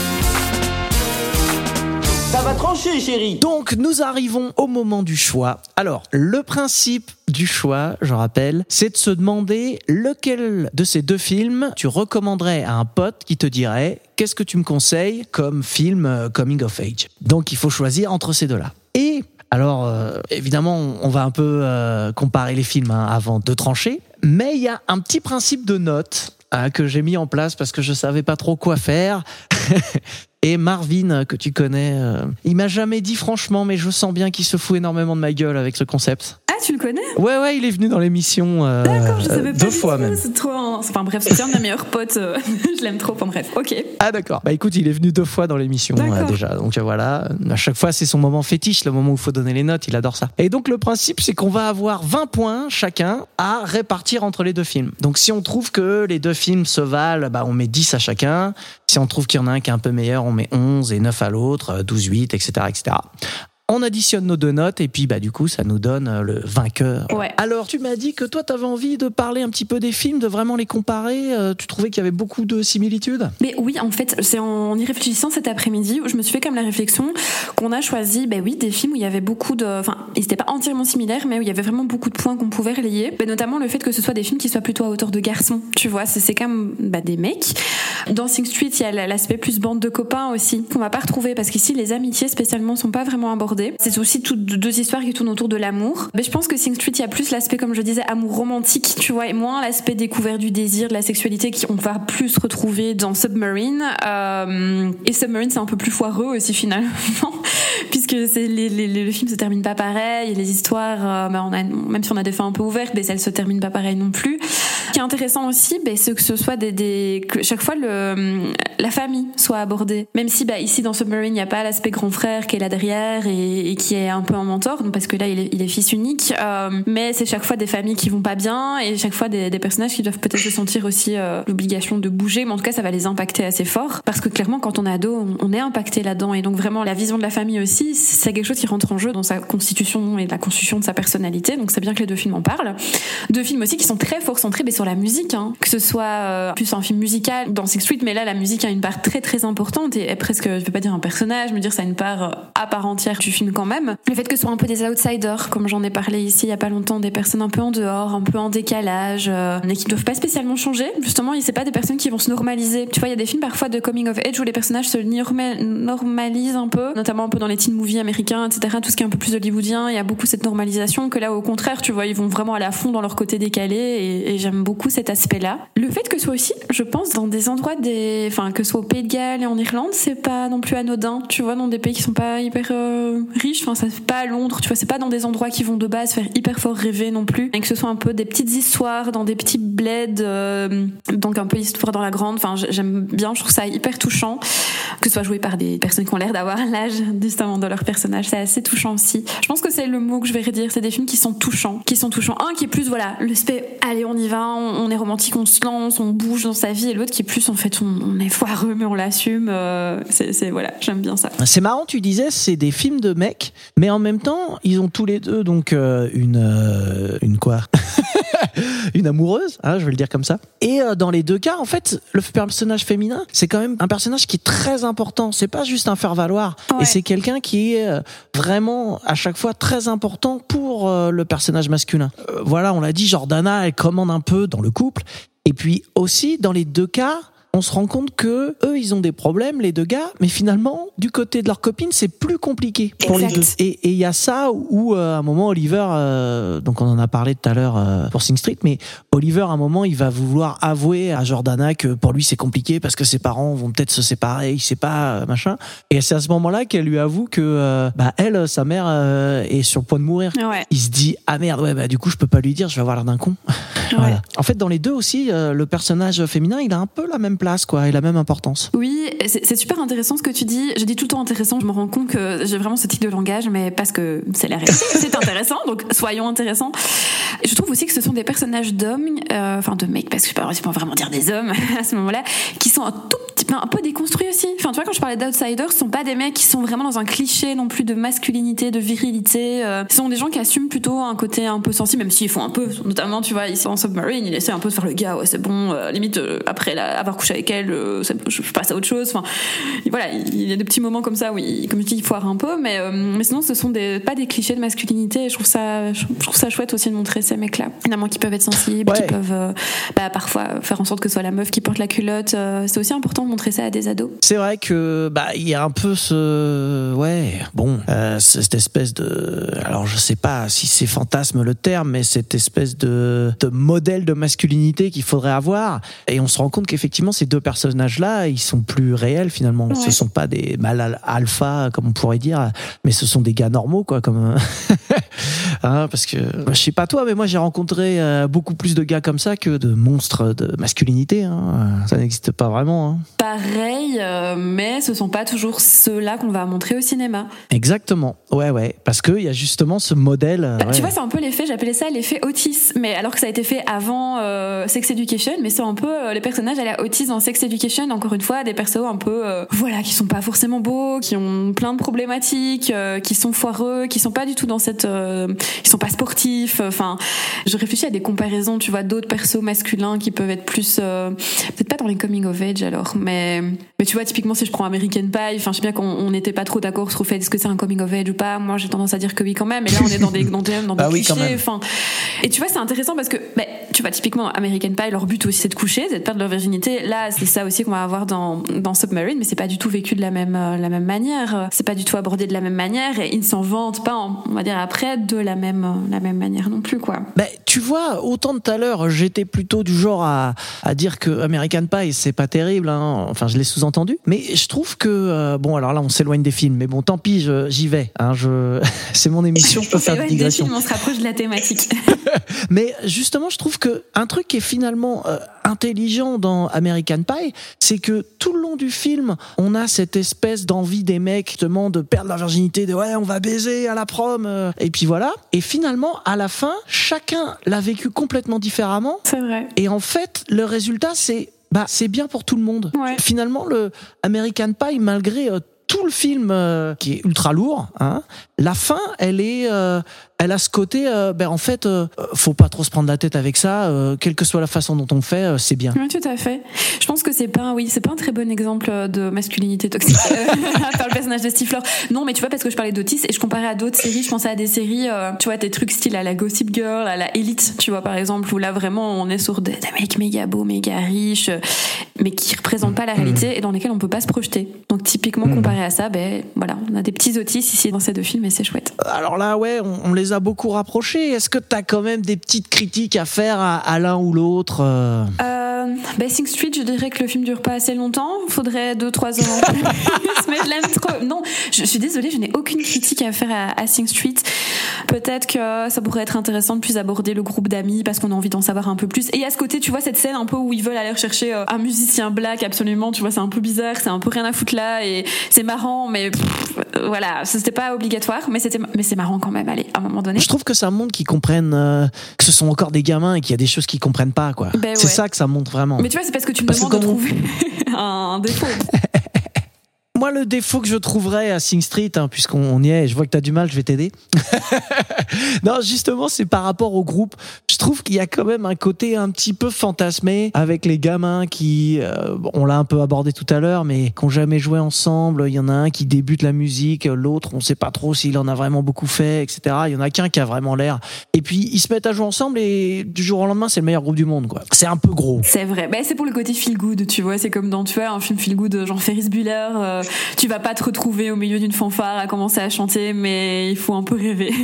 Ça va trancher, chérie. Donc, nous arrivons au moment du choix. Alors, le principe du choix, je rappelle, c'est de se demander lequel de ces deux films tu recommanderais à un pote qui te dirait « Qu'est-ce que tu me conseilles comme film euh, coming of age ?» Donc, il faut choisir entre ces deux-là. Et alors, euh, évidemment, on va un peu euh, comparer les films hein, avant de trancher, mais il y a un petit principe de note hein, que j'ai mis en place parce que je savais pas trop quoi faire. Et Marvin, que tu connais, euh, il m'a jamais dit franchement, mais je sens bien qu'il se fout énormément de ma gueule avec ce concept. Ah, tu le connais ? Ouais, ouais, il est venu dans l'émission euh, D'accord, je savais pas deux fois même. C'est trop. Un... Enfin bref, c'est un de mes meilleurs potes. Euh, je l'aime trop. Enfin bref, ok. Ah d'accord. Bah écoute, il est venu deux fois dans l'émission euh, déjà. Donc euh, voilà, à chaque fois c'est son moment fétiche, le moment où il faut donner les notes. Il adore ça. Et donc le principe, c'est qu'on va avoir vingt points chacun à répartir entre les deux films. Donc si on trouve que les deux films se valent, bah on met dix à chacun. Si on trouve qu'il y en a un qui est un peu meilleur, on met onze et neuf à l'autre, douze, huit, et cetera, et cetera. On additionne nos deux notes et puis bah du coup ça nous donne le vainqueur. Ouais. Alors tu m'as dit que toi t'avais envie de parler un petit peu des films, de vraiment les comparer. Euh, tu trouvais qu'il y avait beaucoup de similitudes ? Mais oui, en fait, c'est en y réfléchissant cet après-midi où je me suis fait comme la réflexion qu'on a choisi, bah oui, des films où il y avait beaucoup de, enfin, ils n'étaient pas entièrement similaires, mais où il y avait vraiment beaucoup de points qu'on pouvait relier. Mais notamment le fait que ce soit des films qui soient plutôt à hauteur de garçons. Tu vois, c'est, c'est comme bah, des mecs. Dans Sing Street, il y a l'aspect plus bande de copains aussi qu'on va pas retrouver parce qu'ici les amitiés spécialement sont pas vraiment abordées. C'est aussi toutes deux histoires qui tournent autour de l'amour. Mais je pense que Sing Street, il y a plus l'aspect, comme je disais, amour romantique, tu vois, et moins l'aspect découvert du désir, de la sexualité qu'on va plus retrouver dans Submarine. Euh, et Submarine, c'est un peu plus foireux aussi finalement, puisque c'est les, les, les, le film se termine pas pareil, et les histoires, euh, bah on a, même si on a des fins un peu ouvertes, mais elles se terminent pas pareil non plus. Ce qui est intéressant aussi, bah, c'est que ce soit des, des que chaque fois le la famille soit abordée. Même si bah ici dans Submarine il n'y a pas l'aspect grand frère qui est là derrière et, et qui est un peu un mentor, donc parce que là il est, il est fils unique. Euh, mais c'est chaque fois des familles qui vont pas bien et chaque fois des, des personnages qui doivent peut-être se sentir aussi euh, l'obligation de bouger, mais en tout cas ça va les impacter assez fort parce que clairement quand on est ado on, on est impacté là-dedans et donc vraiment la vision de la famille aussi c'est quelque chose qui rentre en jeu dans sa constitution et la constitution de sa personnalité. Donc c'est bien que les deux films en parlent. Deux films aussi qui sont très fort centrés mais sur la musique, hein. Que ce soit euh, plus un film musical dans Sixth Street, mais là la musique a une part très très importante et est presque, je vais pas dire un personnage, mais dire ça a une part euh, à part entière du film quand même. Le fait que ce soit un peu des outsiders, comme j'en ai parlé ici il y a pas longtemps, des personnes un peu en dehors, un peu en décalage, euh, et qui ne doivent pas spécialement changer. Justement, c'est pas des personnes qui vont se normaliser. Tu vois, il y a des films parfois de coming of age où les personnages se normalisent un peu, notamment un peu dans les teen movies américains, et cetera. Tout ce qui est un peu plus hollywoodien, il y a beaucoup cette normalisation que là, au contraire, tu vois, ils vont vraiment aller à fond dans leur côté décalé et, et j'aime beaucoup cet aspect-là. Le fait que ce soit aussi, je pense, dans des endroits des, enfin, que ce soit au Pays de Galles et en Irlande, c'est pas non plus anodin. Tu vois, dans des pays qui sont pas hyper euh, riches, enfin, ça c'est pas à Londres, tu vois, c'est pas dans des endroits qui vont de base faire hyper fort rêver non plus. Et que ce soit un peu des petites histoires dans des petits bleds, euh, donc un peu histoire dans la grande. Enfin, j'aime bien, je trouve ça hyper touchant. Que ce soit joué par des personnes qui ont l'air d'avoir l'âge justement de leur personnage, c'est assez touchant aussi. Je pense que c'est le mot que je vais redire, c'est des films qui sont touchants, qui sont touchants. Un qui est plus, voilà, le spé, allez on y va, on, on est romantique, on se lance, on bouge dans sa vie, et l'autre qui est plus, en fait, on, on est foireux mais on l'assume. Euh, c'est, c'est voilà, j'aime bien ça. C'est marrant, tu disais, c'est des films de mecs, mais en même temps, ils ont tous les deux donc euh, une euh, une quoi une amoureuse, hein, je vais le dire comme ça. Et euh, dans les deux cas, en fait, le personnage féminin, c'est quand même un personnage qui est très important. C'est pas juste un faire-valoir. Ouais. Et c'est quelqu'un qui est euh, vraiment, à chaque fois, très important pour euh, le personnage masculin. Euh, voilà, on l'a dit, Jordana, elle commande un peu dans le couple. Et puis aussi, dans les deux cas, on se rend compte que eux, ils ont des problèmes, les deux gars, mais finalement, du côté de leur copine, c'est plus compliqué pour exact. Les deux. Et il y a ça où, euh, à un moment, Oliver, euh, donc on en a parlé tout à l'heure euh, pour Sing Street, mais Oliver, à un moment, il va vouloir avouer à Jordana que pour lui, c'est compliqué parce que ses parents vont peut-être se séparer, il sait pas, euh, machin. Et c'est à ce moment-là qu'elle lui avoue que, euh, bah, elle, sa mère, euh, est sur le point de mourir. Ouais. Il se dit, ah merde, ouais, bah, du coup, je peux pas lui dire, je vais avoir l'air d'un con. Ouais. Voilà. En fait, dans les deux aussi, euh, le personnage féminin, il a un peu la même place, quoi, et la même importance. Oui, c'est, c'est super intéressant ce que tu dis. Je dis tout le temps intéressant. Je me rends compte que j'ai vraiment ce type de langage, mais parce que c'est la réalité. C'est intéressant, donc soyons intéressants. Et je trouve aussi que ce sont des personnages d'hommes, euh, enfin de mecs, parce que je peux pas vraiment dire des hommes à ce moment-là, qui sont un tout petit peu, un peu déconstruits aussi. Enfin, tu vois, quand je parlais d'outsiders, ce sont pas des mecs qui sont vraiment dans un cliché non plus de masculinité, de virilité. Euh, ce sont des gens qui assument plutôt un côté un peu sensible, même s'ils font un peu, notamment, tu vois, ici en Submarine, il essaie un peu de faire le gars, ouais, c'est bon, euh, limite, euh, après la, avoir couché avec elle, euh, ça, je passe à autre chose. Enfin, voilà, il y a des petits moments comme ça où, il, comme je dis, il foire un peu, mais, euh, mais sinon, ce sont des, pas des clichés de masculinité. Et je trouve ça, je trouve ça chouette aussi de montrer ces mecs-là. Évidemment, qui peuvent être sensibles, ouais. qui peuvent, euh, bah, parfois faire en sorte que ce soit la meuf qui porte la culotte. Euh, c'est aussi important de montrer ça à des ados. C'est vrai que, bah, il y a un peu ce, ouais, bon, euh, cette espèce de, alors je sais pas si c'est fantasme le terme, mais cette espèce de, de modèle de masculinité qu'il faudrait avoir. Et on se rend compte qu'effectivement, ces deux personnages-là, ils sont plus réels finalement. Ouais. Ce sont pas des mâles alpha, comme on pourrait dire, mais ce sont des gars normaux, quoi, comme, hein, parce que, je sais pas toi, mais moi j'ai rencontré euh, beaucoup plus de gars comme ça que de monstres de masculinité, hein. Ça n'existe pas vraiment, hein. Pareil, euh, mais ce sont pas toujours ceux-là qu'on va montrer au cinéma. Exactement, ouais, ouais, parce qu'il y a justement ce modèle. Bah, ouais. Tu vois, c'est un peu l'effet, j'appelais ça l'effet Otis, mais alors que ça a été fait avant euh, Sex Education, mais c'est un peu euh, les personnages à la Otis dans Sex Education, encore une fois, des persos un peu, euh, voilà, qui sont pas forcément beaux, qui ont plein de problématiques, euh, qui sont foireux, qui sont pas du tout dans cette, euh, qui sont pas sportifs. Enfin, je réfléchis à des comparaisons, tu vois, d'autres persos masculins qui peuvent être plus, euh, peut-être pas dans les coming of age alors, mais mais tu vois, typiquement si je prends American Pie, enfin, je sais bien qu'on n'était pas trop d'accord sur le fait est-ce que c'est un coming of age ou pas. Moi, j'ai tendance à dire que oui quand même. Et là, on est dans des dans des, dans des ah clichés. Oui, enfin, et tu vois, c'est intéressant parce que, bah, tu vois, typiquement American Pie, leur but aussi c'est de coucher, c'est de perdre leur virginité. Là, c'est ça aussi qu'on va avoir dans dans Submarine, mais c'est pas du tout vécu de la même euh, la même manière. C'est pas du tout abordé de la même manière et ils ne s'en vantent pas, en, on va dire après, de la même euh, la même manière non plus, quoi. Bah, tu vois, autant tout à l'heure, j'étais plutôt du genre à à dire que American Pie c'est pas terrible, hein. Enfin, je l'ai sous-entendu, mais je trouve que euh, bon, alors là, on s'éloigne des films, mais bon, tant pis, je, j'y vais. Hein, je, c'est mon émission, je peux faire des digressions. Des films, on se rapproche de la thématique. Mais justement, je trouve que un truc qui est finalement euh, intelligent dans American Pie, c'est que tout le long du film, on a cette espèce d'envie des mecs justement de perdre leur virginité, de ouais, on va baiser à la prom, euh, et puis voilà. Et finalement, à la fin, chacun l'a vécu complètement différemment. C'est vrai. Et en fait, le résultat, c'est bah c'est bien pour tout le monde. Ouais. Finalement, le American Pie, malgré euh, tout le film euh, qui est ultra lourd, hein, la fin, elle est, euh, elle a ce côté, euh, ben en fait, euh, faut pas trop se prendre la tête avec ça. Euh, quelle que soit la façon dont on le fait, euh, c'est bien. Oui, tout à fait. Je pense que c'est pas, oui, c'est pas un très bon exemple de masculinité toxique euh, par le personnage de Stifler. Non, mais tu vois, parce que je parlais d'Otis et je comparais à d'autres séries, je pensais à des séries, euh, tu vois, des trucs style à la Gossip Girl, à la Elite, tu vois, par exemple, où là vraiment on est sur des, des mecs méga beaux, méga riches, euh, mais qui représentent pas la réalité mmh. et dans lesquels on peut pas se projeter. Donc typiquement mmh. comparé à ça, ben voilà, on a des petits Otis ici dans ces deux films et c'est chouette. Alors là, ouais, on, on les a beaucoup rapprochés. Est-ce que t'as quand même des petites critiques à faire à, à l'un ou l'autre euh... Euh, bah, Sing Street, je dirais que le film dure pas assez longtemps. Faudrait deux trois ans en plus. Mais je l'aime trop. Non, je, je suis désolée, je n'ai aucune critique à faire à, à Sing Street. Peut-être que ça pourrait être intéressant de plus aborder le groupe d'amis parce qu'on a envie d'en savoir un peu plus. Et à ce côté, tu vois, cette scène un peu où ils veulent aller rechercher un musicien black, absolument, tu vois, c'est un peu bizarre, c'est un peu rien à foutre là et c'est marrant, mais pff, voilà, c'était pas obligatoire, mais c'était, mais c'est marrant quand même, allez, à un moment donné. Je trouve que ça montre qu'ils comprennent, euh, que ce sont encore des gamins et qu'il y a des choses qu'ils comprennent pas, quoi. Ben c'est ouais. ça que ça montre vraiment. Mais tu vois, c'est parce que tu me parce demandes de trouver on... un défaut. Moi, le défaut que je trouverais à Sing Street, hein, puisqu'on on y est, je vois que t'as du mal, je vais t'aider. Non, justement, c'est par rapport au groupe. Je trouve qu'il y a quand même un côté un petit peu fantasmé avec les gamins qui, euh, on l'a un peu abordé tout à l'heure, mais qui n'ont jamais joué ensemble. Il y en a un qui débute la musique, l'autre, on sait pas trop s'il en a vraiment beaucoup fait, et cetera. Il y en a qu'un qui a vraiment l'air. Et puis, ils se mettent à jouer ensemble et du jour au lendemain, c'est le meilleur groupe du monde, quoi. C'est un peu gros. C'est vrai. Ben, c'est pour le côté feel good, tu vois. C'est comme dans, tu vois, un film feel good genre Ferris Bueller. Euh, tu vas pas te retrouver au milieu d'une fanfare à commencer à chanter, mais il faut un peu rêver.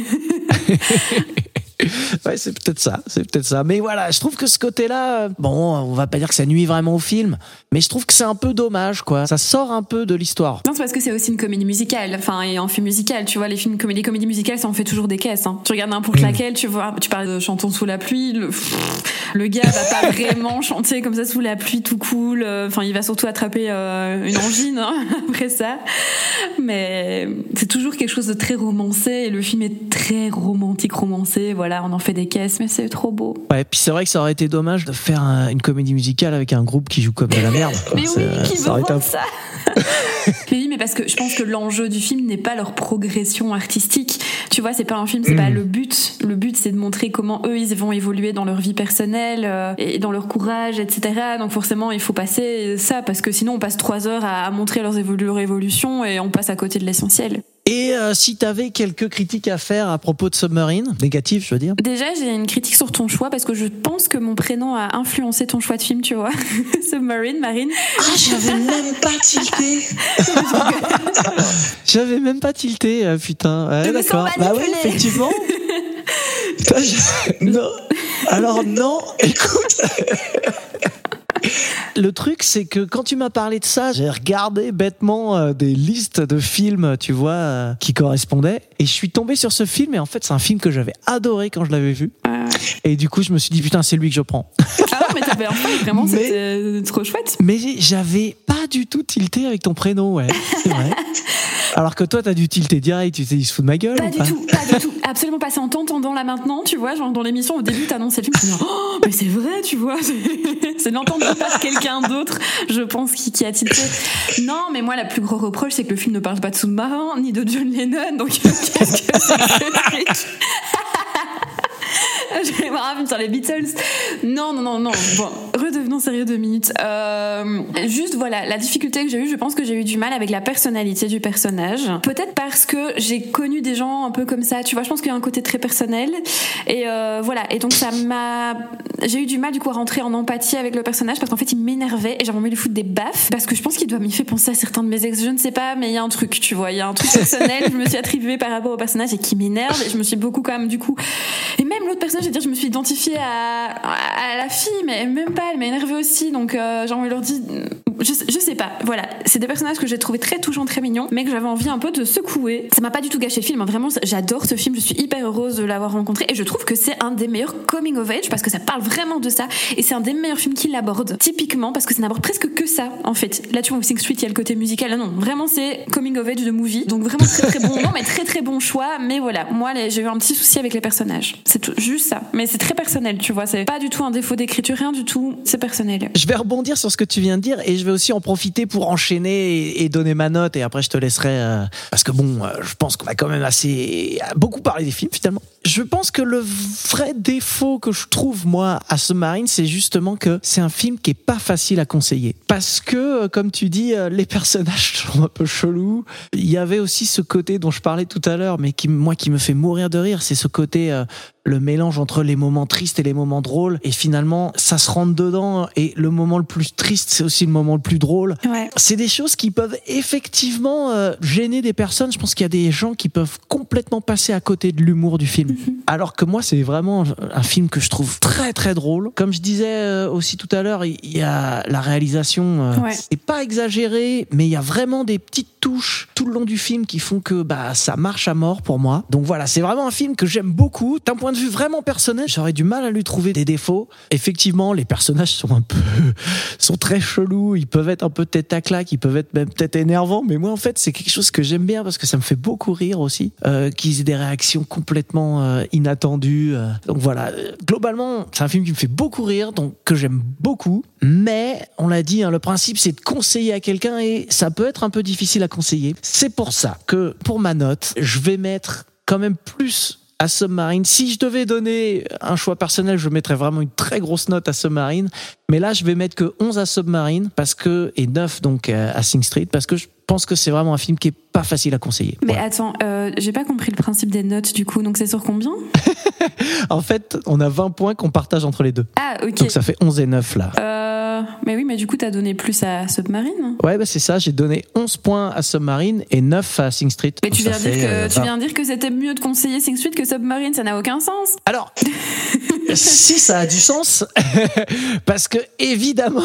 Ouais, c'est peut-être ça, c'est peut-être ça. Mais voilà, je trouve que ce côté-là, bon, on va pas dire que ça nuit vraiment au film, mais je trouve que c'est un peu dommage, quoi. Ça sort un peu de l'histoire. Non, c'est parce que c'est aussi une comédie musicale, enfin, et un film musical, tu vois, les films, les comédies musicales, ça en fait toujours des caisses, hein. Tu regardes n'importe mmh. laquelle, tu vois, tu parles de Chantons sous la pluie, le, le gars va pas vraiment chanter comme ça sous la pluie tout cool, enfin, il va surtout attraper euh, une angine, hein, après ça. Mais c'est toujours quelque chose de très romancé, et le film est très romantique, romancé, voilà. Voilà, on en fait des caisses, mais c'est trop beau. Ouais, puis c'est vrai que ça aurait été dommage de faire un, une comédie musicale avec un groupe qui joue comme de la merde. Mais c'est, oui, qui ça veut été un... ça Mais oui, mais parce que je pense que l'enjeu du film n'est pas leur progression artistique. Tu vois, c'est pas un film, c'est mmh. pas le but. Le but, c'est de montrer comment eux, ils vont évoluer dans leur vie personnelle euh, et dans leur courage, et cetera. Donc forcément, il faut passer ça, parce que sinon, on passe trois heures à, à montrer leurs évolu- leur évolution et on passe à côté de l'essentiel. Et euh, si t'avais quelques critiques à faire à propos de Submarine, négatives, je veux dire. Déjà, j'ai une critique sur ton choix parce que je pense que mon prénom a influencé ton choix de film, tu vois. Submarine, Marine. Ah, j'avais même pas tilté. J'avais même pas tilté, euh, putain. Ouais, d'accord. Bah oui, effectivement. Putain, je... Non. Alors non, écoute. Le truc, c'est que quand tu m'as parlé de ça, j'ai regardé bêtement euh, des listes de films, tu vois, euh, qui correspondaient. Et je suis tombé sur ce film. Et en fait, c'est un film que j'avais adoré quand je l'avais vu. Euh... Et du coup, je me suis dit, putain, c'est lui que je prends. Ah non, mais t'avais un peu, vraiment, mais, c'était trop chouette. Mais j'avais pas du tout tilté avec ton prénom, ouais. C'est vrai. Alors que toi, t'as dû tilter direct, tu t'es dit, il se fout de ma gueule. Pas ou du pas tout, pas du tout. Absolument pas. C'est en t'entendant là maintenant, tu vois, genre dans l'émission, au début, t'annonçais le film. Oh, mais c'est vrai, tu vois. C'est, c'est l'entendu par quelqu'un d'autre, je pense, qui, qui a tilté. Non, mais moi, la plus gros reproche, c'est que le film ne parle pas de sous-marin, ni de John Lennon. Donc, qu'est-ce que c'est que ce truc? Je vais voir un film sur les Beatles. Non, non, non, non. Bon, redevenons sérieux deux minutes. Euh, juste, voilà, la difficulté que j'ai eue, je pense que j'ai eu du mal avec la personnalité du personnage. Peut-être parce que j'ai connu des gens un peu comme ça. Tu vois, je pense qu'il y a un côté très personnel. Et euh, voilà. Et donc, ça m'a... J'ai eu du mal, du coup, à rentrer en empathie avec le personnage parce qu'en fait, il m'énervait et j'avais envie de lui foutre des baffes parce que je pense qu'il doit m'y faire penser à certains de mes ex. Je ne sais pas, mais il y a un truc, tu vois. Il y a un truc personnel que je me suis attribué par rapport au personnage et qui m'énerve. Et je me suis beaucoup, quand même, du coup... Et même l'autre personnage, je veux dire, je me suis identifiée à, à la fille, mais même pas, elle m'a énervée aussi, donc euh, j'ai envie de leur dire, je, je sais pas, voilà, c'est des personnages que j'ai trouvé très touchants, très mignons, mais que j'avais envie un peu de secouer. Ça m'a pas du tout gâché le film, hein. Vraiment, j'adore ce film, je suis hyper heureuse de l'avoir rencontré et je trouve que c'est un des meilleurs coming of age parce que ça parle vraiment de ça et c'est un des meilleurs films qui l'aborde, typiquement parce que ça n'aborde presque que ça en fait. Là tu vois, Sing Street, il y a le côté musical, là non, vraiment c'est coming of age de movie, donc vraiment très très bon, non mais très très bon choix, mais voilà, moi les, j'ai eu un petit souci avec les personnages, c'est tout, juste ça, mais c'est très personnel, tu vois, c'est pas du tout un défaut d'écriture, rien du tout, c'est personnel. Je vais rebondir sur ce que tu viens de dire et je vais aussi en profiter pour enchaîner et, et donner ma note et après je te laisserai euh, parce que bon, euh, je pense qu'on a quand même assez beaucoup parlé des films finalement. Je pense que le vrai défaut que je trouve moi à Submarine, c'est justement que c'est un film qui est pas facile à conseiller parce que comme tu dis, les personnages sont un peu chelous. Il y avait aussi ce côté dont je parlais tout à l'heure, mais qui moi qui me fait mourir de rire, c'est ce côté euh, le mélange entre les moments tristes et les moments drôles et finalement ça se rentre dedans et le moment le plus triste c'est aussi le moment le plus drôle. Ouais. C'est des choses qui peuvent effectivement euh, gêner des personnes. Je pense qu'il y a des gens qui peuvent complètement passer à côté de l'humour du film. Mm-hmm. Alors que moi c'est vraiment un film que je trouve très très drôle. Comme je disais euh, aussi tout à l'heure, il y a la réalisation, euh, ouais. c'est pas exagéré, mais il y a vraiment des petites touches tout le long du film qui font que bah ça marche à mort pour moi. Donc voilà, c'est vraiment un film que j'aime beaucoup. D'un point de vue vraiment personnel, j'aurais du mal à lui trouver des défauts. Effectivement, les personnages sont un peu sont très chelous, ils peuvent être un peu tête à claque, ils peuvent être même peut-être énervants, mais moi en fait, c'est quelque chose que j'aime bien parce que ça me fait beaucoup rire aussi, euh, qu'ils aient des réactions complètement euh, inattendues. Euh. Donc voilà, globalement, c'est un film qui me fait beaucoup rire, donc que j'aime beaucoup, mais on l'a dit, hein, le principe c'est de conseiller à quelqu'un et ça peut être un peu difficile à conseiller. C'est pour ça que pour ma note, je vais mettre quand même plus à Submarine. Si je devais donner un choix personnel, je mettrais vraiment une très grosse note à Submarine. Mais là, je vais mettre que onze à Submarine parce que, et neuf donc à Sing Street parce que je pense que c'est vraiment un film qui est pas facile à conseiller. Mais voilà. Attends, euh, j'ai pas compris le principe des notes du coup, donc c'est sur combien? En fait, on a vingt points qu'on partage entre les deux. Ah, ok. Donc ça fait onze et neuf là. Euh, mais oui, mais du coup, t'as donné plus à Submarine. Ouais, bah c'est ça, j'ai donné onze points à Submarine et neuf à Sing Street. Mais tu viens, fait, dire que, euh, tu viens dire que c'était mieux de conseiller Sing Street que Submarine, ça n'a aucun sens. Alors, si ça a du sens, parce que évidemment...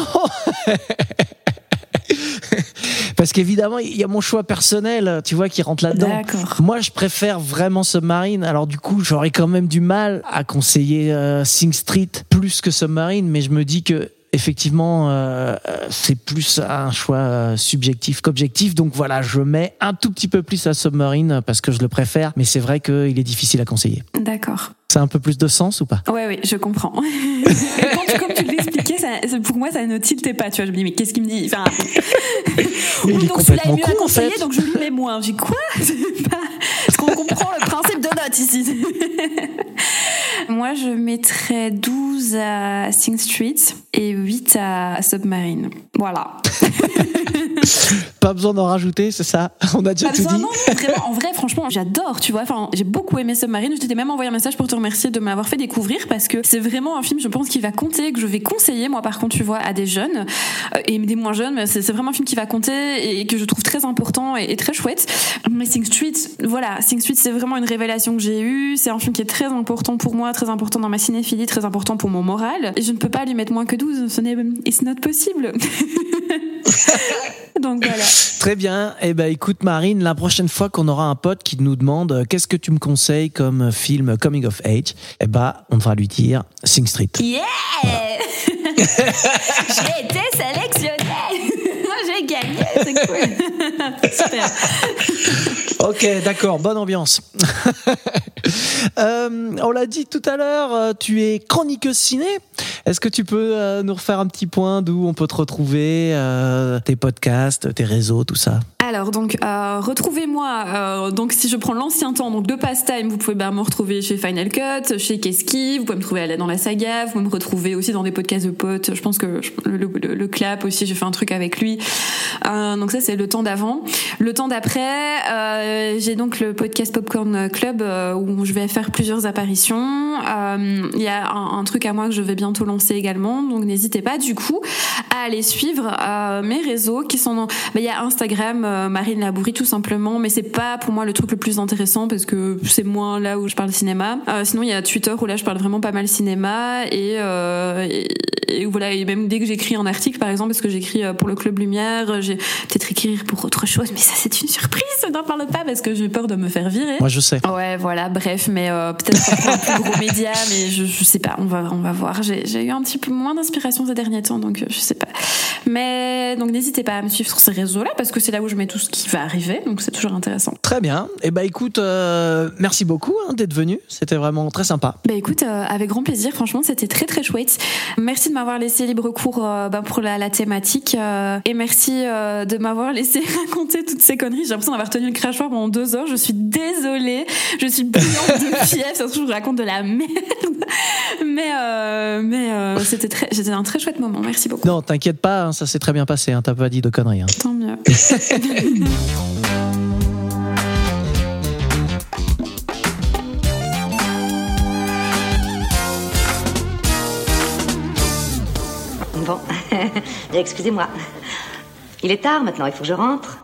Parce qu'évidemment, il y a mon choix personnel, tu vois, qui rentre là-dedans. D'accord. Moi, je préfère vraiment Submarine. Alors du coup, j'aurais quand même du mal à conseiller euh, Sing Street plus que Submarine, mais je me dis que effectivement, euh, c'est plus un choix euh, subjectif qu'objectif. Donc voilà, je mets un tout petit peu plus à Submarine parce que je le préfère, mais c'est vrai qu'il est difficile à conseiller. D'accord. Ça a un peu plus de sens ou pas? Ouais, oui, je comprends. Et quand tu, comme tu l'expliquais, ça, pour moi, ça ne tiltait pas. Tu vois, je me dis, mais qu'est-ce qu'il me dit? Enfin, il oui, est donc celui-là est mieux con, à conseiller, en fait. donc je lui mets moins. Je dis quoi? Pas... Est-ce qu'on comprend le principe de note ici? Moi, je mettrais douze à Sing Street et huit à Submarine. Voilà. Pas besoin d'en rajouter, c'est ça? On a déjà Pas tout besoin, dit. non, non, vraiment, en vrai, franchement, j'adore, tu vois. Enfin, j'ai beaucoup aimé Submarine. Je t'ai même envoyé un message pour te remercier de m'avoir fait découvrir parce que c'est vraiment un film, je pense, qui va compter, que je vais conseiller, moi, par contre, tu vois, à des jeunes euh, et des moins jeunes. Mais c'est, c'est vraiment un film qui va compter et que je trouve très important et, et très chouette. Mais Sing Street, voilà, Sing Street, c'est vraiment une révélation que j'ai eue. C'est un film qui est très important pour moi, très important dans ma cinéphilie, très important pour mon moral. Et je ne peux pas lui mettre moins que douze. Ce n'est, it's not possible. Donc voilà. Très bien. Eh ben, écoute, Marine, la prochaine fois qu'on aura un pote qui nous demande euh, qu'est-ce que tu me conseilles comme film coming of age, eh ben, on devra lui dire Sing Street. Yeah! J'ai été sélectionnée! J'ai gagné, c'est cool! Super! Ok, d'accord, bonne ambiance. euh, on l'a dit tout à l'heure, tu es chroniqueuse ciné. Est-ce que tu peux euh, nous refaire un petit point d'où on peut te retrouver, euh, tes podcasts, tes réseaux, tout ça? Alors donc euh, retrouvez-moi euh, donc si je prends l'ancien temps donc de Pastime, vous pouvez bah, me retrouver chez Final Cut, chez Keski, vous pouvez me trouver dans la saga, vous pouvez me retrouver aussi dans des podcasts de potes. Je pense que le, le, le clap aussi, j'ai fait un truc avec lui. Euh, donc ça c'est le temps d'avant. Le temps d'après, euh, j'ai donc le podcast Popcorn Club euh, où je vais faire plusieurs apparitions. Il euh, y a un, un truc à moi que je vais bientôt lancer également, donc n'hésitez pas du coup à aller suivre euh, mes réseaux qui sont. Il bah, y a Instagram. euh, Marine Labourie tout simplement, mais c'est pas pour moi le truc le plus intéressant parce que c'est moins là où je parle cinéma. Euh, sinon il y a Twitter où là je parle vraiment pas mal cinéma et, euh, et, et voilà, et même dès que j'écris un article par exemple, parce que j'écris pour le Club Lumière, j'ai peut-être écrire pour autre chose, mais ça c'est une surprise, n'en parle pas parce que j'ai peur de me faire virer. Moi je sais. Ouais voilà, bref, mais euh, peut-être pour un plus gros média, mais je, je sais pas, on va, on va voir. J'ai, j'ai eu un petit peu moins d'inspiration ces derniers temps, donc je sais pas. Mais donc n'hésitez pas à me suivre sur ces réseaux-là parce que c'est là où je mets tout ce qui va arriver, donc c'est toujours intéressant. Très bien. Et eh ben écoute, euh, merci beaucoup hein, d'être venu. C'était vraiment très sympa. Bah écoute, euh, avec grand plaisir. Franchement, c'était très très chouette. Merci de m'avoir laissé libre cours euh, bah, pour la, la thématique euh, et merci euh, de m'avoir laissé raconter toutes ces conneries. J'ai l'impression d'avoir tenu le crachoir pendant deux heures. Je suis désolée. Je suis bouillante de fièvre. Surtout, je vous raconte de la merde. Mais euh, mais euh, c'était très, c'était un très chouette moment. Merci beaucoup. Non, t'inquiète pas, hein, ça s'est très bien passé. Hein, t'as pas dit de conneries. Hein. Tant mieux. Bon, excusez-moi. Il est tard maintenant, il faut que je rentre.